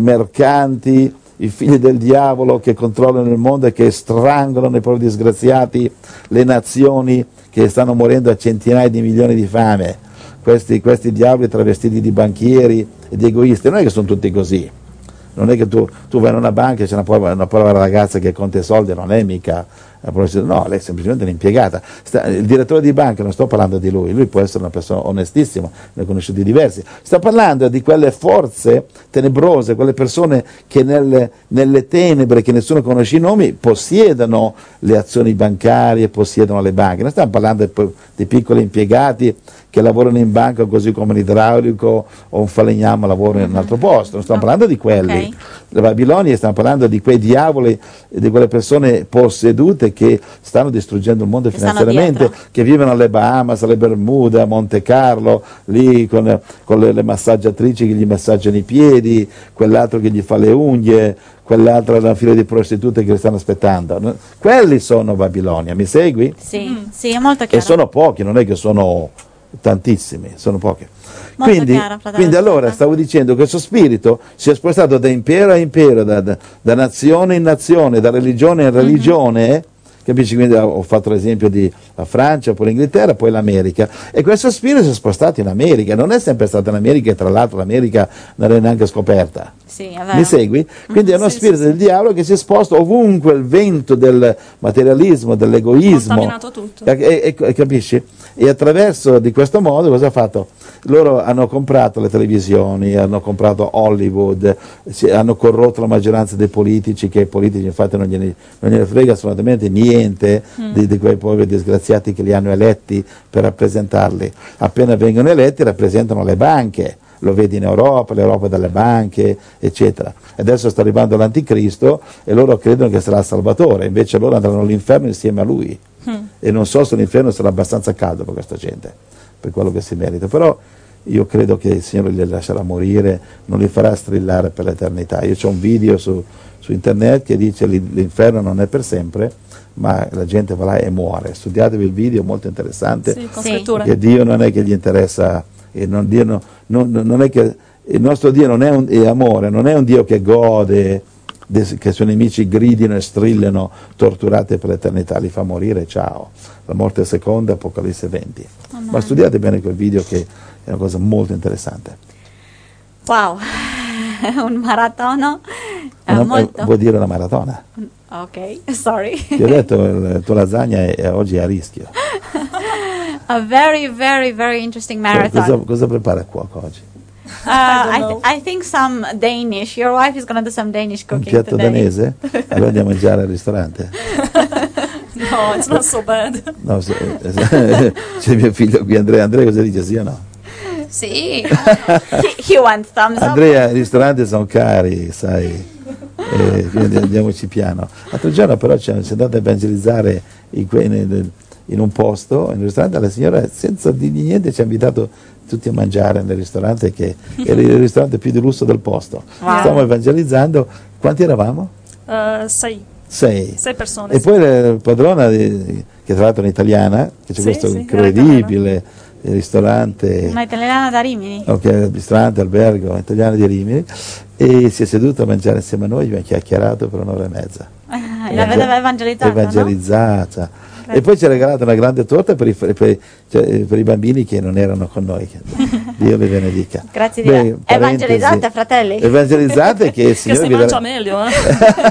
S3: mercanti, i figli del diavolo che controllano il mondo e che strangolano i propri disgraziati, le nazioni che stanno morendo a centinaia di milioni di fame, questi, questi diavoli travestiti di banchieri e di egoisti. Non è che sono tutti così, non è che tu, tu vai in una banca e c'è una povera, una povera ragazza che conta i soldi, non è mica, no, lei è semplicemente un'impiegata. Sta, il direttore di banca, non sto parlando di lui, lui può essere una persona onestissima, ne ho conosciuti diversi, sto parlando di quelle forze tenebrose, quelle persone che nelle, nelle tenebre, che nessuno conosce i nomi, possiedono le azioni bancarie, possiedono le banche. Non stiamo parlando di, di piccoli impiegati che lavorano in banca così come un idraulico o un falegname lavora in un altro posto, non stiamo parlando di quelli.
S1: Okay.
S3: La Babilonia, stiamo parlando di quei diavoli, di quelle persone possedute che stanno distruggendo il mondo
S1: che
S3: finanziariamente, che vivono alle Bahamas, alle Bermuda, a Monte Carlo, lì con, con le, le massaggiatrici che gli massaggiano i piedi, quell'altro che gli fa le unghie, quell'altra una fila di prostitute che li stanno aspettando. Quelli sono Babilonia, mi segui?
S1: Sì, mm. sì, è molto chiaro.
S3: E sono pochi, non è che sono tantissimi, sono pochi.
S1: Molto
S3: Quindi,
S1: chiaro,
S3: quindi allora stavo dicendo che questo spirito si è spostato da impero a impero, da, da, da nazione in nazione, da religione in religione, mm-hmm. Capisci? Quindi ho fatto l'esempio di la Francia, poi l'Inghilterra, poi l'America, e questo spirito si è spostato in America. Non è sempre stato in America, e tra l'altro l'America non è neanche scoperta.
S1: Sì, è vero.
S3: Mi segui? Quindi è uno
S2: sì,
S3: spirito
S2: sì,
S3: del
S2: sì.
S3: diavolo che si è sposto ovunque il vento del materialismo, dell'egoismo.
S2: Contaminato tutto.
S3: E, e, e, capisci? E attraverso di questo modo cosa ha fatto? Loro hanno comprato le televisioni, hanno comprato Hollywood, si, hanno corrotto la maggioranza dei politici, che i politici infatti non gliene, non gliene frega assolutamente niente mm. di, di quei poveri disgraziati che li hanno eletti per rappresentarli. Appena vengono eletti rappresentano le banche. Lo vedi in Europa, l'Europa dalle banche, eccetera. Adesso sta arrivando l'anticristo e loro credono che sarà il Salvatore, invece loro andranno all'inferno insieme a lui. Mm. E non so se l'inferno sarà abbastanza caldo per questa gente, per quello che si merita. Però io credo che il Signore li lascerà morire, non li farà strillare per l'eternità. Io ho un video su, su internet che dice che l'inferno non è per sempre, ma la gente va là e muore. Studiatevi il video, molto interessante,
S2: sì, con
S1: sì.
S2: scritture.
S3: Che Dio non è che gli interessa, e non, Dio no, non, non è che il nostro Dio non è, un, è amore, non è un Dio che gode, des, che i suoi nemici gridino e strillino, torturati per l'eternità, li fa morire, ciao. La morte seconda, Apocalisse venti.
S1: Oh,
S3: ma studiate bene quel video che è una cosa molto interessante.
S1: Wow, un maratono eh,
S3: Una,
S1: molto...
S3: vuol dire una maratona.
S1: Ok, sorry.
S3: Ti ho detto, la tua lasagna è, è oggi a rischio.
S1: A very, very, very interesting marathon.
S3: Cosa, cosa prepara il cuoco oggi?
S1: Uh, I, th- I think some Danish. Your wife is going to do some Danish
S3: Un
S1: cooking
S3: piatto
S1: today.
S3: danese? Allora andiamo a mangiare al ristorante.
S2: No, it's not so bad.
S3: No, se, se, c'è mio figlio qui, Andrea. Andrea cosa dice, sì o no?
S1: Sì. he, he wants thumbs up.
S3: Andrea, i ristoranti sono cari, sai, eh, quindi andiamoci piano. L'altro giorno però ci siamo andati a evangelizzare in, que- in, in un posto, in un ristorante, la signora senza dirgli niente ci ha invitato tutti a mangiare nel ristorante, che era il ristorante più di lusso del posto.
S1: Wow.
S3: Stiamo evangelizzando, quanti eravamo?
S2: Uh, sei.
S3: Sei.
S2: Sei persone.
S3: E
S2: sì.
S3: poi la padrona, di, che tra l'altro è un'italiana, che c'è
S2: Sì,
S3: questo
S2: sì,
S3: incredibile ristorante,
S1: Una italiana da Rimini.
S3: ok, ristorante, albergo italiano di Rimini, e si è seduta a mangiare insieme a noi, abbiamo chiacchierato per un'ora e mezza.
S1: Eh, la vedeva evangelizzata,
S3: evangelizzata.
S1: no?
S3: E poi ci ha regalato una grande torta per i, per, cioè, per i bambini che non erano con noi. Dio li benedica.
S1: Grazie
S3: Beh,
S1: di Dio.
S3: parentesi.
S1: Evangelizzate, fratelli.
S3: Evangelizzate che il
S2: Che
S3: Signore
S2: si
S3: vi
S2: mangia
S3: darà-
S2: meglio, eh?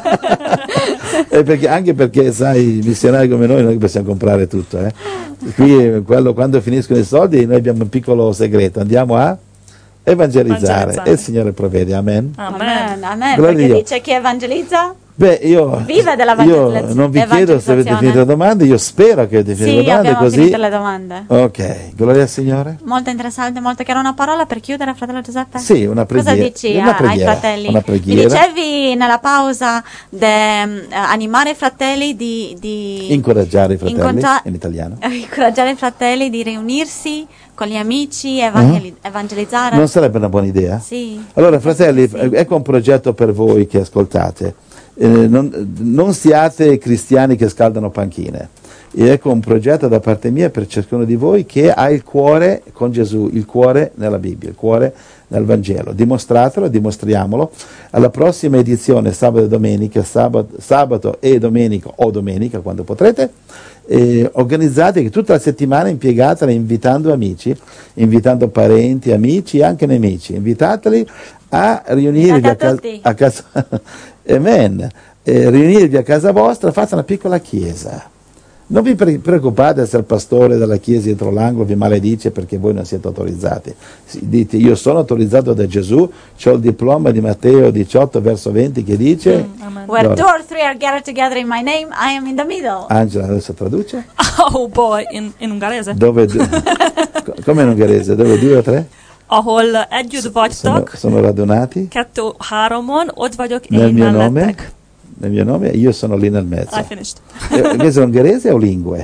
S3: E perché- anche perché, sai, i missionari come noi non possiamo comprare tutto. Eh. Qui, eh, quello- quando finiscono i soldi, noi abbiamo un piccolo segreto: andiamo a evangelizzare
S2: Evangelizzare.
S3: e il Signore provvede. Amen.
S2: Amen.
S1: Amen, amen.
S3: Gloria a
S1: Perché
S3: Dio.
S1: dice chi evangelizza?
S3: Beh, io,
S1: Vive della
S3: io
S1: evangelizzazione-
S3: non vi chiedo se avete
S1: evangelizzazione.
S3: finito le domande, io spero che avete finito
S1: Sì,
S3: le domande,
S1: abbiamo
S3: così.
S1: finito le domande.
S3: Ok, gloria al Signore.
S1: Molto interessante, molto chiaro. Una parola per chiudere, fratello Giuseppe?
S3: Sì, una preghiera.
S1: Cosa dici
S3: Una
S1: a-
S3: preghiera,
S1: ai fratelli?
S3: una
S1: Mi
S3: preghiera.
S1: dicevi nella pausa di animare i fratelli di, di
S3: Incoraggiare i fratelli
S1: incontra-
S3: in italiano.
S1: incoraggiare i fratelli di riunirsi con gli amici e evangeli- evangelizzare.
S3: Non sarebbe una buona idea?
S1: Sì.
S3: Allora, fratelli,
S1: Sì.
S3: ecco un progetto per voi che ascoltate. Eh, non, non siate cristiani che scaldano panchine. E ecco un progetto da parte mia per ciascuno di voi che ha il cuore con Gesù, il cuore nella Bibbia, il cuore nel Vangelo. Dimostratelo, dimostriamolo. Alla prossima edizione, sabato e domenica, sabato, sabato e domenica o domenica, quando potrete, eh, organizzate che tutta la settimana impiegatela invitando amici, invitando parenti, amici e anche nemici. Invitateli a riunirvi a,
S1: Invitate a
S3: casa,
S1: tutti.
S3: a casa Amen. Eh, riunirvi a casa vostra, fate una piccola chiesa. Non vi pre- preoccupate se il pastore della chiesa dietro l'angolo vi maledice perché voi non siete autorizzati. Si- Dite, io sono autorizzato da Gesù, ho il diploma di Matteo diciotto verso venti che dice,
S2: Mm, amen.
S1: Where
S3: Allora.
S1: two or three are gathered together in my name, I am in the middle.
S3: Angela adesso traduce,
S2: Oh boy, in, in ungherese.
S3: dove, co- come in ungherese, dove due o tre
S2: Ahol együtt
S3: sono,
S2: vagytok,
S3: sono radunati
S2: kettő, háromon, ott vagyok
S3: nel
S2: én
S3: mio nome,
S2: mellettek.
S3: nel mio nome, io sono lì nel mezzo.
S2: I finished.
S3: Eh, Questo è ungherese o lingue?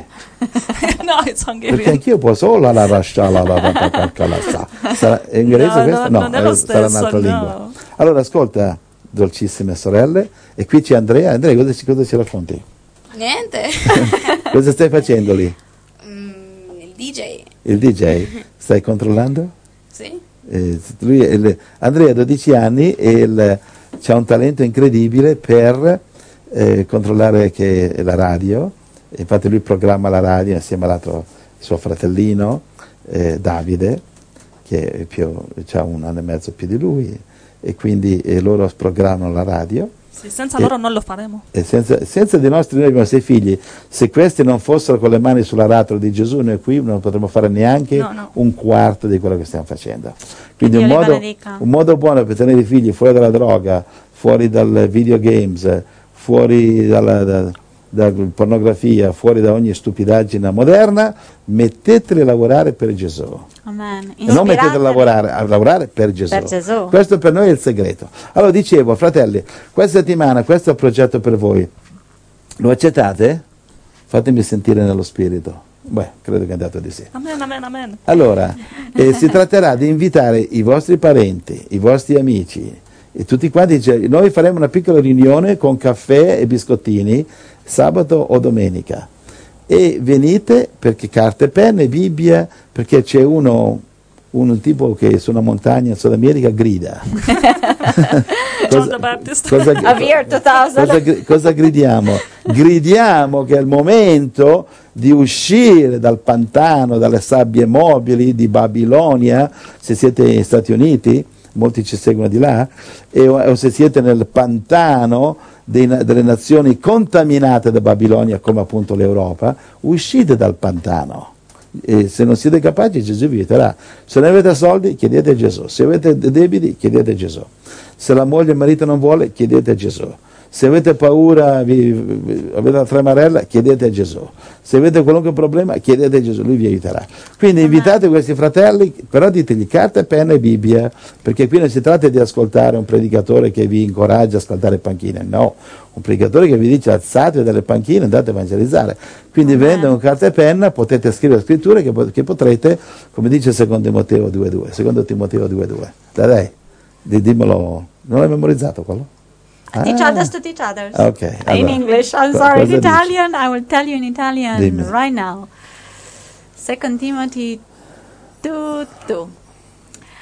S2: No, it's
S3: Perché
S2: Hungarian.
S3: anch'io posso oh, la la rascia la la la la la la la sa. Sarà è inglese
S2: No,
S3: questo?
S2: no,
S3: No,
S2: non è lo
S3: eh, sarà
S2: stesso,
S3: un'altra
S2: no.
S3: lingua. Allora ascolta, dolcissime sorelle, e qui c'è Andrea. Andrea, cosa ci, cosa ci racconti?
S5: Niente.
S3: Cosa stai facendo lì?
S5: Mm, il D J.
S3: Il D J? Stai controllando?
S5: Sì.
S3: Eh, lui è il- Andrea ha dodici anni e il- c'ha un talento incredibile per eh, controllare che la radio. Infatti lui programma la radio insieme all'altro suo fratellino eh, Davide, che è più, ha un anno e mezzo più di lui, e quindi eh, loro programmano la radio.
S2: Sì, senza
S3: E-
S2: loro non lo faremo.
S3: E senza, senza di nostri, noi abbiamo sei figli. Se questi non fossero con le mani sull'aratro di Gesù, noi qui non potremmo fare neanche
S2: No, no.
S3: un quarto di quello che stiamo facendo. Quindi
S1: Dio
S3: un
S1: li
S3: modo,
S1: benedica.
S3: un modo buono per tenere i figli fuori dalla droga, fuori dal videogames, fuori dalla da, da pornografia, fuori da ogni stupidaggine moderna, metteteli a lavorare per Gesù.
S1: Amen.
S3: E non mettete a
S1: Ispirateli.
S3: lavorare, a lavorare per Gesù.
S1: Per Gesù.
S3: Questo per noi è il segreto. Allora dicevo, fratelli, questa settimana questo è il progetto per voi. Lo accettate? Fatemi sentire nello spirito. Beh, credo che è andato di sì.
S2: Amen, amen, amen.
S3: Allora, eh, si tratterà di invitare i vostri parenti, i vostri amici e tutti quanti. Cioè, noi faremo una piccola riunione con caffè e biscottini sabato o domenica. E venite perché carte e penne, Bibbia, perché c'è uno, un tipo che su una montagna in Sud America grida.
S2: John the Baptist.
S3: cosa,
S1: Avere duemila.
S3: cosa, gri- cosa gridiamo? Gridiamo che è il momento di uscire dal pantano, dalle sabbie mobili di Babilonia, se siete negli Stati Uniti, molti ci seguono di là, e, o se siete nel pantano dei na- delle nazioni contaminate da Babilonia, come appunto l'Europa, uscite dal pantano. E se non siete capaci, Gesù vi aiuterà. Se non avete soldi, chiedete a Gesù. Se avete debiti, chiedete a Gesù. Se la moglie e il marito non vuole, chiedete a Gesù. Se avete paura, vi, vi- avete la tremarella, chiedete a Gesù. Se avete qualunque problema, chiedete a Gesù, lui vi aiuterà. Quindi invitate questi fratelli, però ditegli carta, penna e Bibbia, perché qui non si tratta di ascoltare un predicatore che vi incoraggia a scaldare panchine, no, un predicatore che vi dice alzatevi dalle panchine e andate a evangelizzare. Quindi
S1: Amen.
S3: venendo con carta e penna potete scrivere scritture che, po- che potrete, come dice secondo Timoteo due due, secondo Timoteo due due. Dai, dai, di- dimmelo, non l'hai memorizzato quello?
S1: Teach
S3: Ah.
S1: others to teach others.
S3: Ok,
S1: In
S3: allora,
S1: English, I'm
S3: co-
S1: sorry. In
S3: cosa dici?
S1: Italian, I will tell you in Italian
S3: Dimmi.
S1: right now. Second Timothy two two.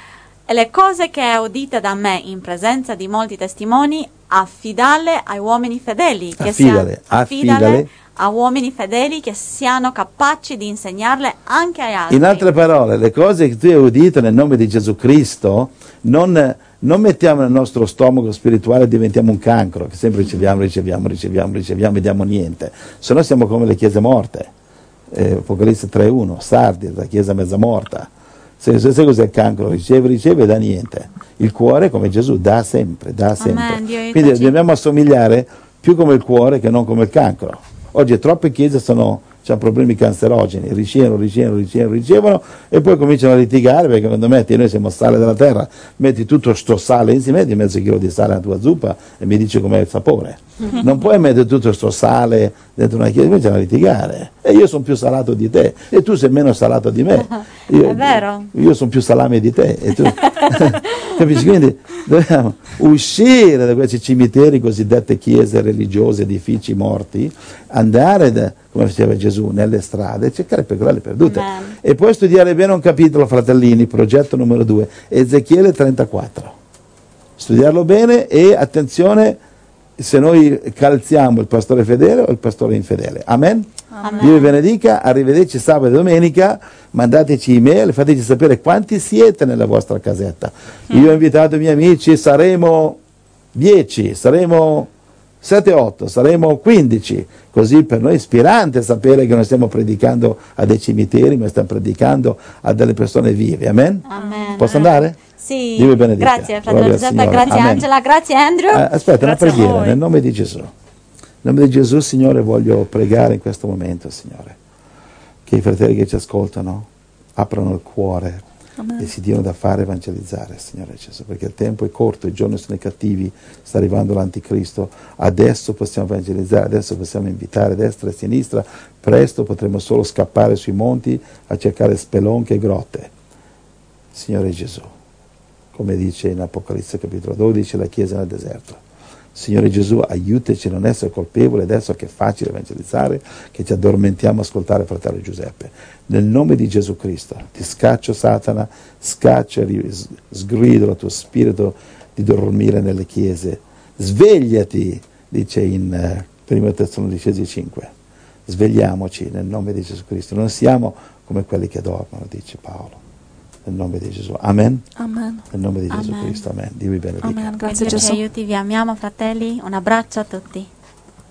S1: E le cose che hai udite da me in presenza di molti testimoni, affidale ai uomini fedeli. Che
S3: Affidale,
S1: sia,
S3: affidale.
S1: a uomini fedeli che siano capaci di insegnarle anche agli altri.
S3: In altre parole, le cose che tu hai udito nel nome di Gesù Cristo, non, non mettiamo nel nostro stomaco spirituale e diventiamo un cancro, che sempre riceviamo, riceviamo, riceviamo, riceviamo e diamo niente. Se no siamo come le chiese morte. Eh, Apocalisse tre uno, Sardi, la chiesa mezza morta. Se, se, se cos'è il cancro? Riceve, riceve e dà niente. Il cuore, come Gesù, dà sempre, dà sempre.
S1: Amen, Dio
S3: Quindi
S1: aiutaci.
S3: dobbiamo assomigliare più come il cuore che non come il cancro. Oggi troppe chiese sono, hanno problemi cancerogeni, ricevono, ricevono, ricevono, ricevono e poi cominciano a litigare perché quando metti, noi siamo sale della terra, metti tutto sto sale insieme, metti mezzo chilo di sale nella tua zuppa e mi dici com'è il sapore. Non puoi mettere tutto sto sale dentro una chiesa, cominciano a litigare. E io sono più salato di te e tu sei meno salato di me. Io,
S1: È vero.
S3: Io sono più salame di te. E tu, capisci? Quindi dobbiamo uscire da questi cimiteri, cosiddette chiese religiose, edifici morti, andare, da, come faceva Gesù, nelle strade e cercare per quelle perdute.
S1: Amen.
S3: E poi studiare bene un capitolo, fratellini, progetto numero due, Ezechiele trentaquattro. Studiarlo bene e attenzione se noi calziamo il pastore fedele o il pastore infedele. Amen?
S1: Amen.
S3: Dio vi benedica, arrivederci sabato e domenica, mandateci email, fateci sapere quanti siete nella vostra casetta. Io ho invitato i miei amici, saremo dieci, saremo sette otto, saremo quindici, così per noi è ispirante sapere che non stiamo predicando a dei cimiteri, ma stiamo predicando a delle persone vive. Amen?
S1: Amen.
S3: Posso andare?
S1: Sì,
S3: Dio vi benedica.
S1: grazie fratello
S3: Gloria al
S1: Giuseppe,
S3: Signore.
S1: grazie
S3: Amen.
S1: Angela, grazie Andrew.
S3: Eh, aspetta,
S2: Grazie
S3: una
S2: a
S3: preghiera
S2: voi.
S3: nel nome di Gesù. Nel nome di Gesù, Signore, voglio pregare in questo momento, Signore, che i fratelli che ci ascoltano aprano il cuore
S2: Amen.
S3: e si diano da fare evangelizzare, Signore Gesù, perché il tempo è corto, i giorni sono cattivi, sta arrivando l'anticristo, adesso possiamo evangelizzare, adesso possiamo invitare a destra e a sinistra, presto potremo solo scappare sui monti a cercare spelonche e grotte. Signore Gesù, come dice in Apocalisse capitolo dodici, la Chiesa nel deserto. Signore Gesù, aiutaci a non essere colpevoli adesso che è facile evangelizzare, che ci addormentiamo a ascoltare fratello Giuseppe. Nel nome di Gesù Cristo ti scaccio Satana, scaccia e sgrido il tuo spirito di dormire nelle chiese. Svegliati, dice in eh, primo Tessalonicesi cinque. Svegliamoci nel nome di Gesù Cristo. Non siamo come quelli che dormono, dice Paolo. Nel nome di Gesù. Amen.
S2: Amen.
S3: Nel nome di Gesù
S1: Amen.
S3: Cristo. Amen. Dio vi benedica.
S2: Amen.
S1: Che
S2: Grazie
S1: Dio ci
S2: Gesù.
S1: aiuti, vi amiamo fratelli, un abbraccio a tutti.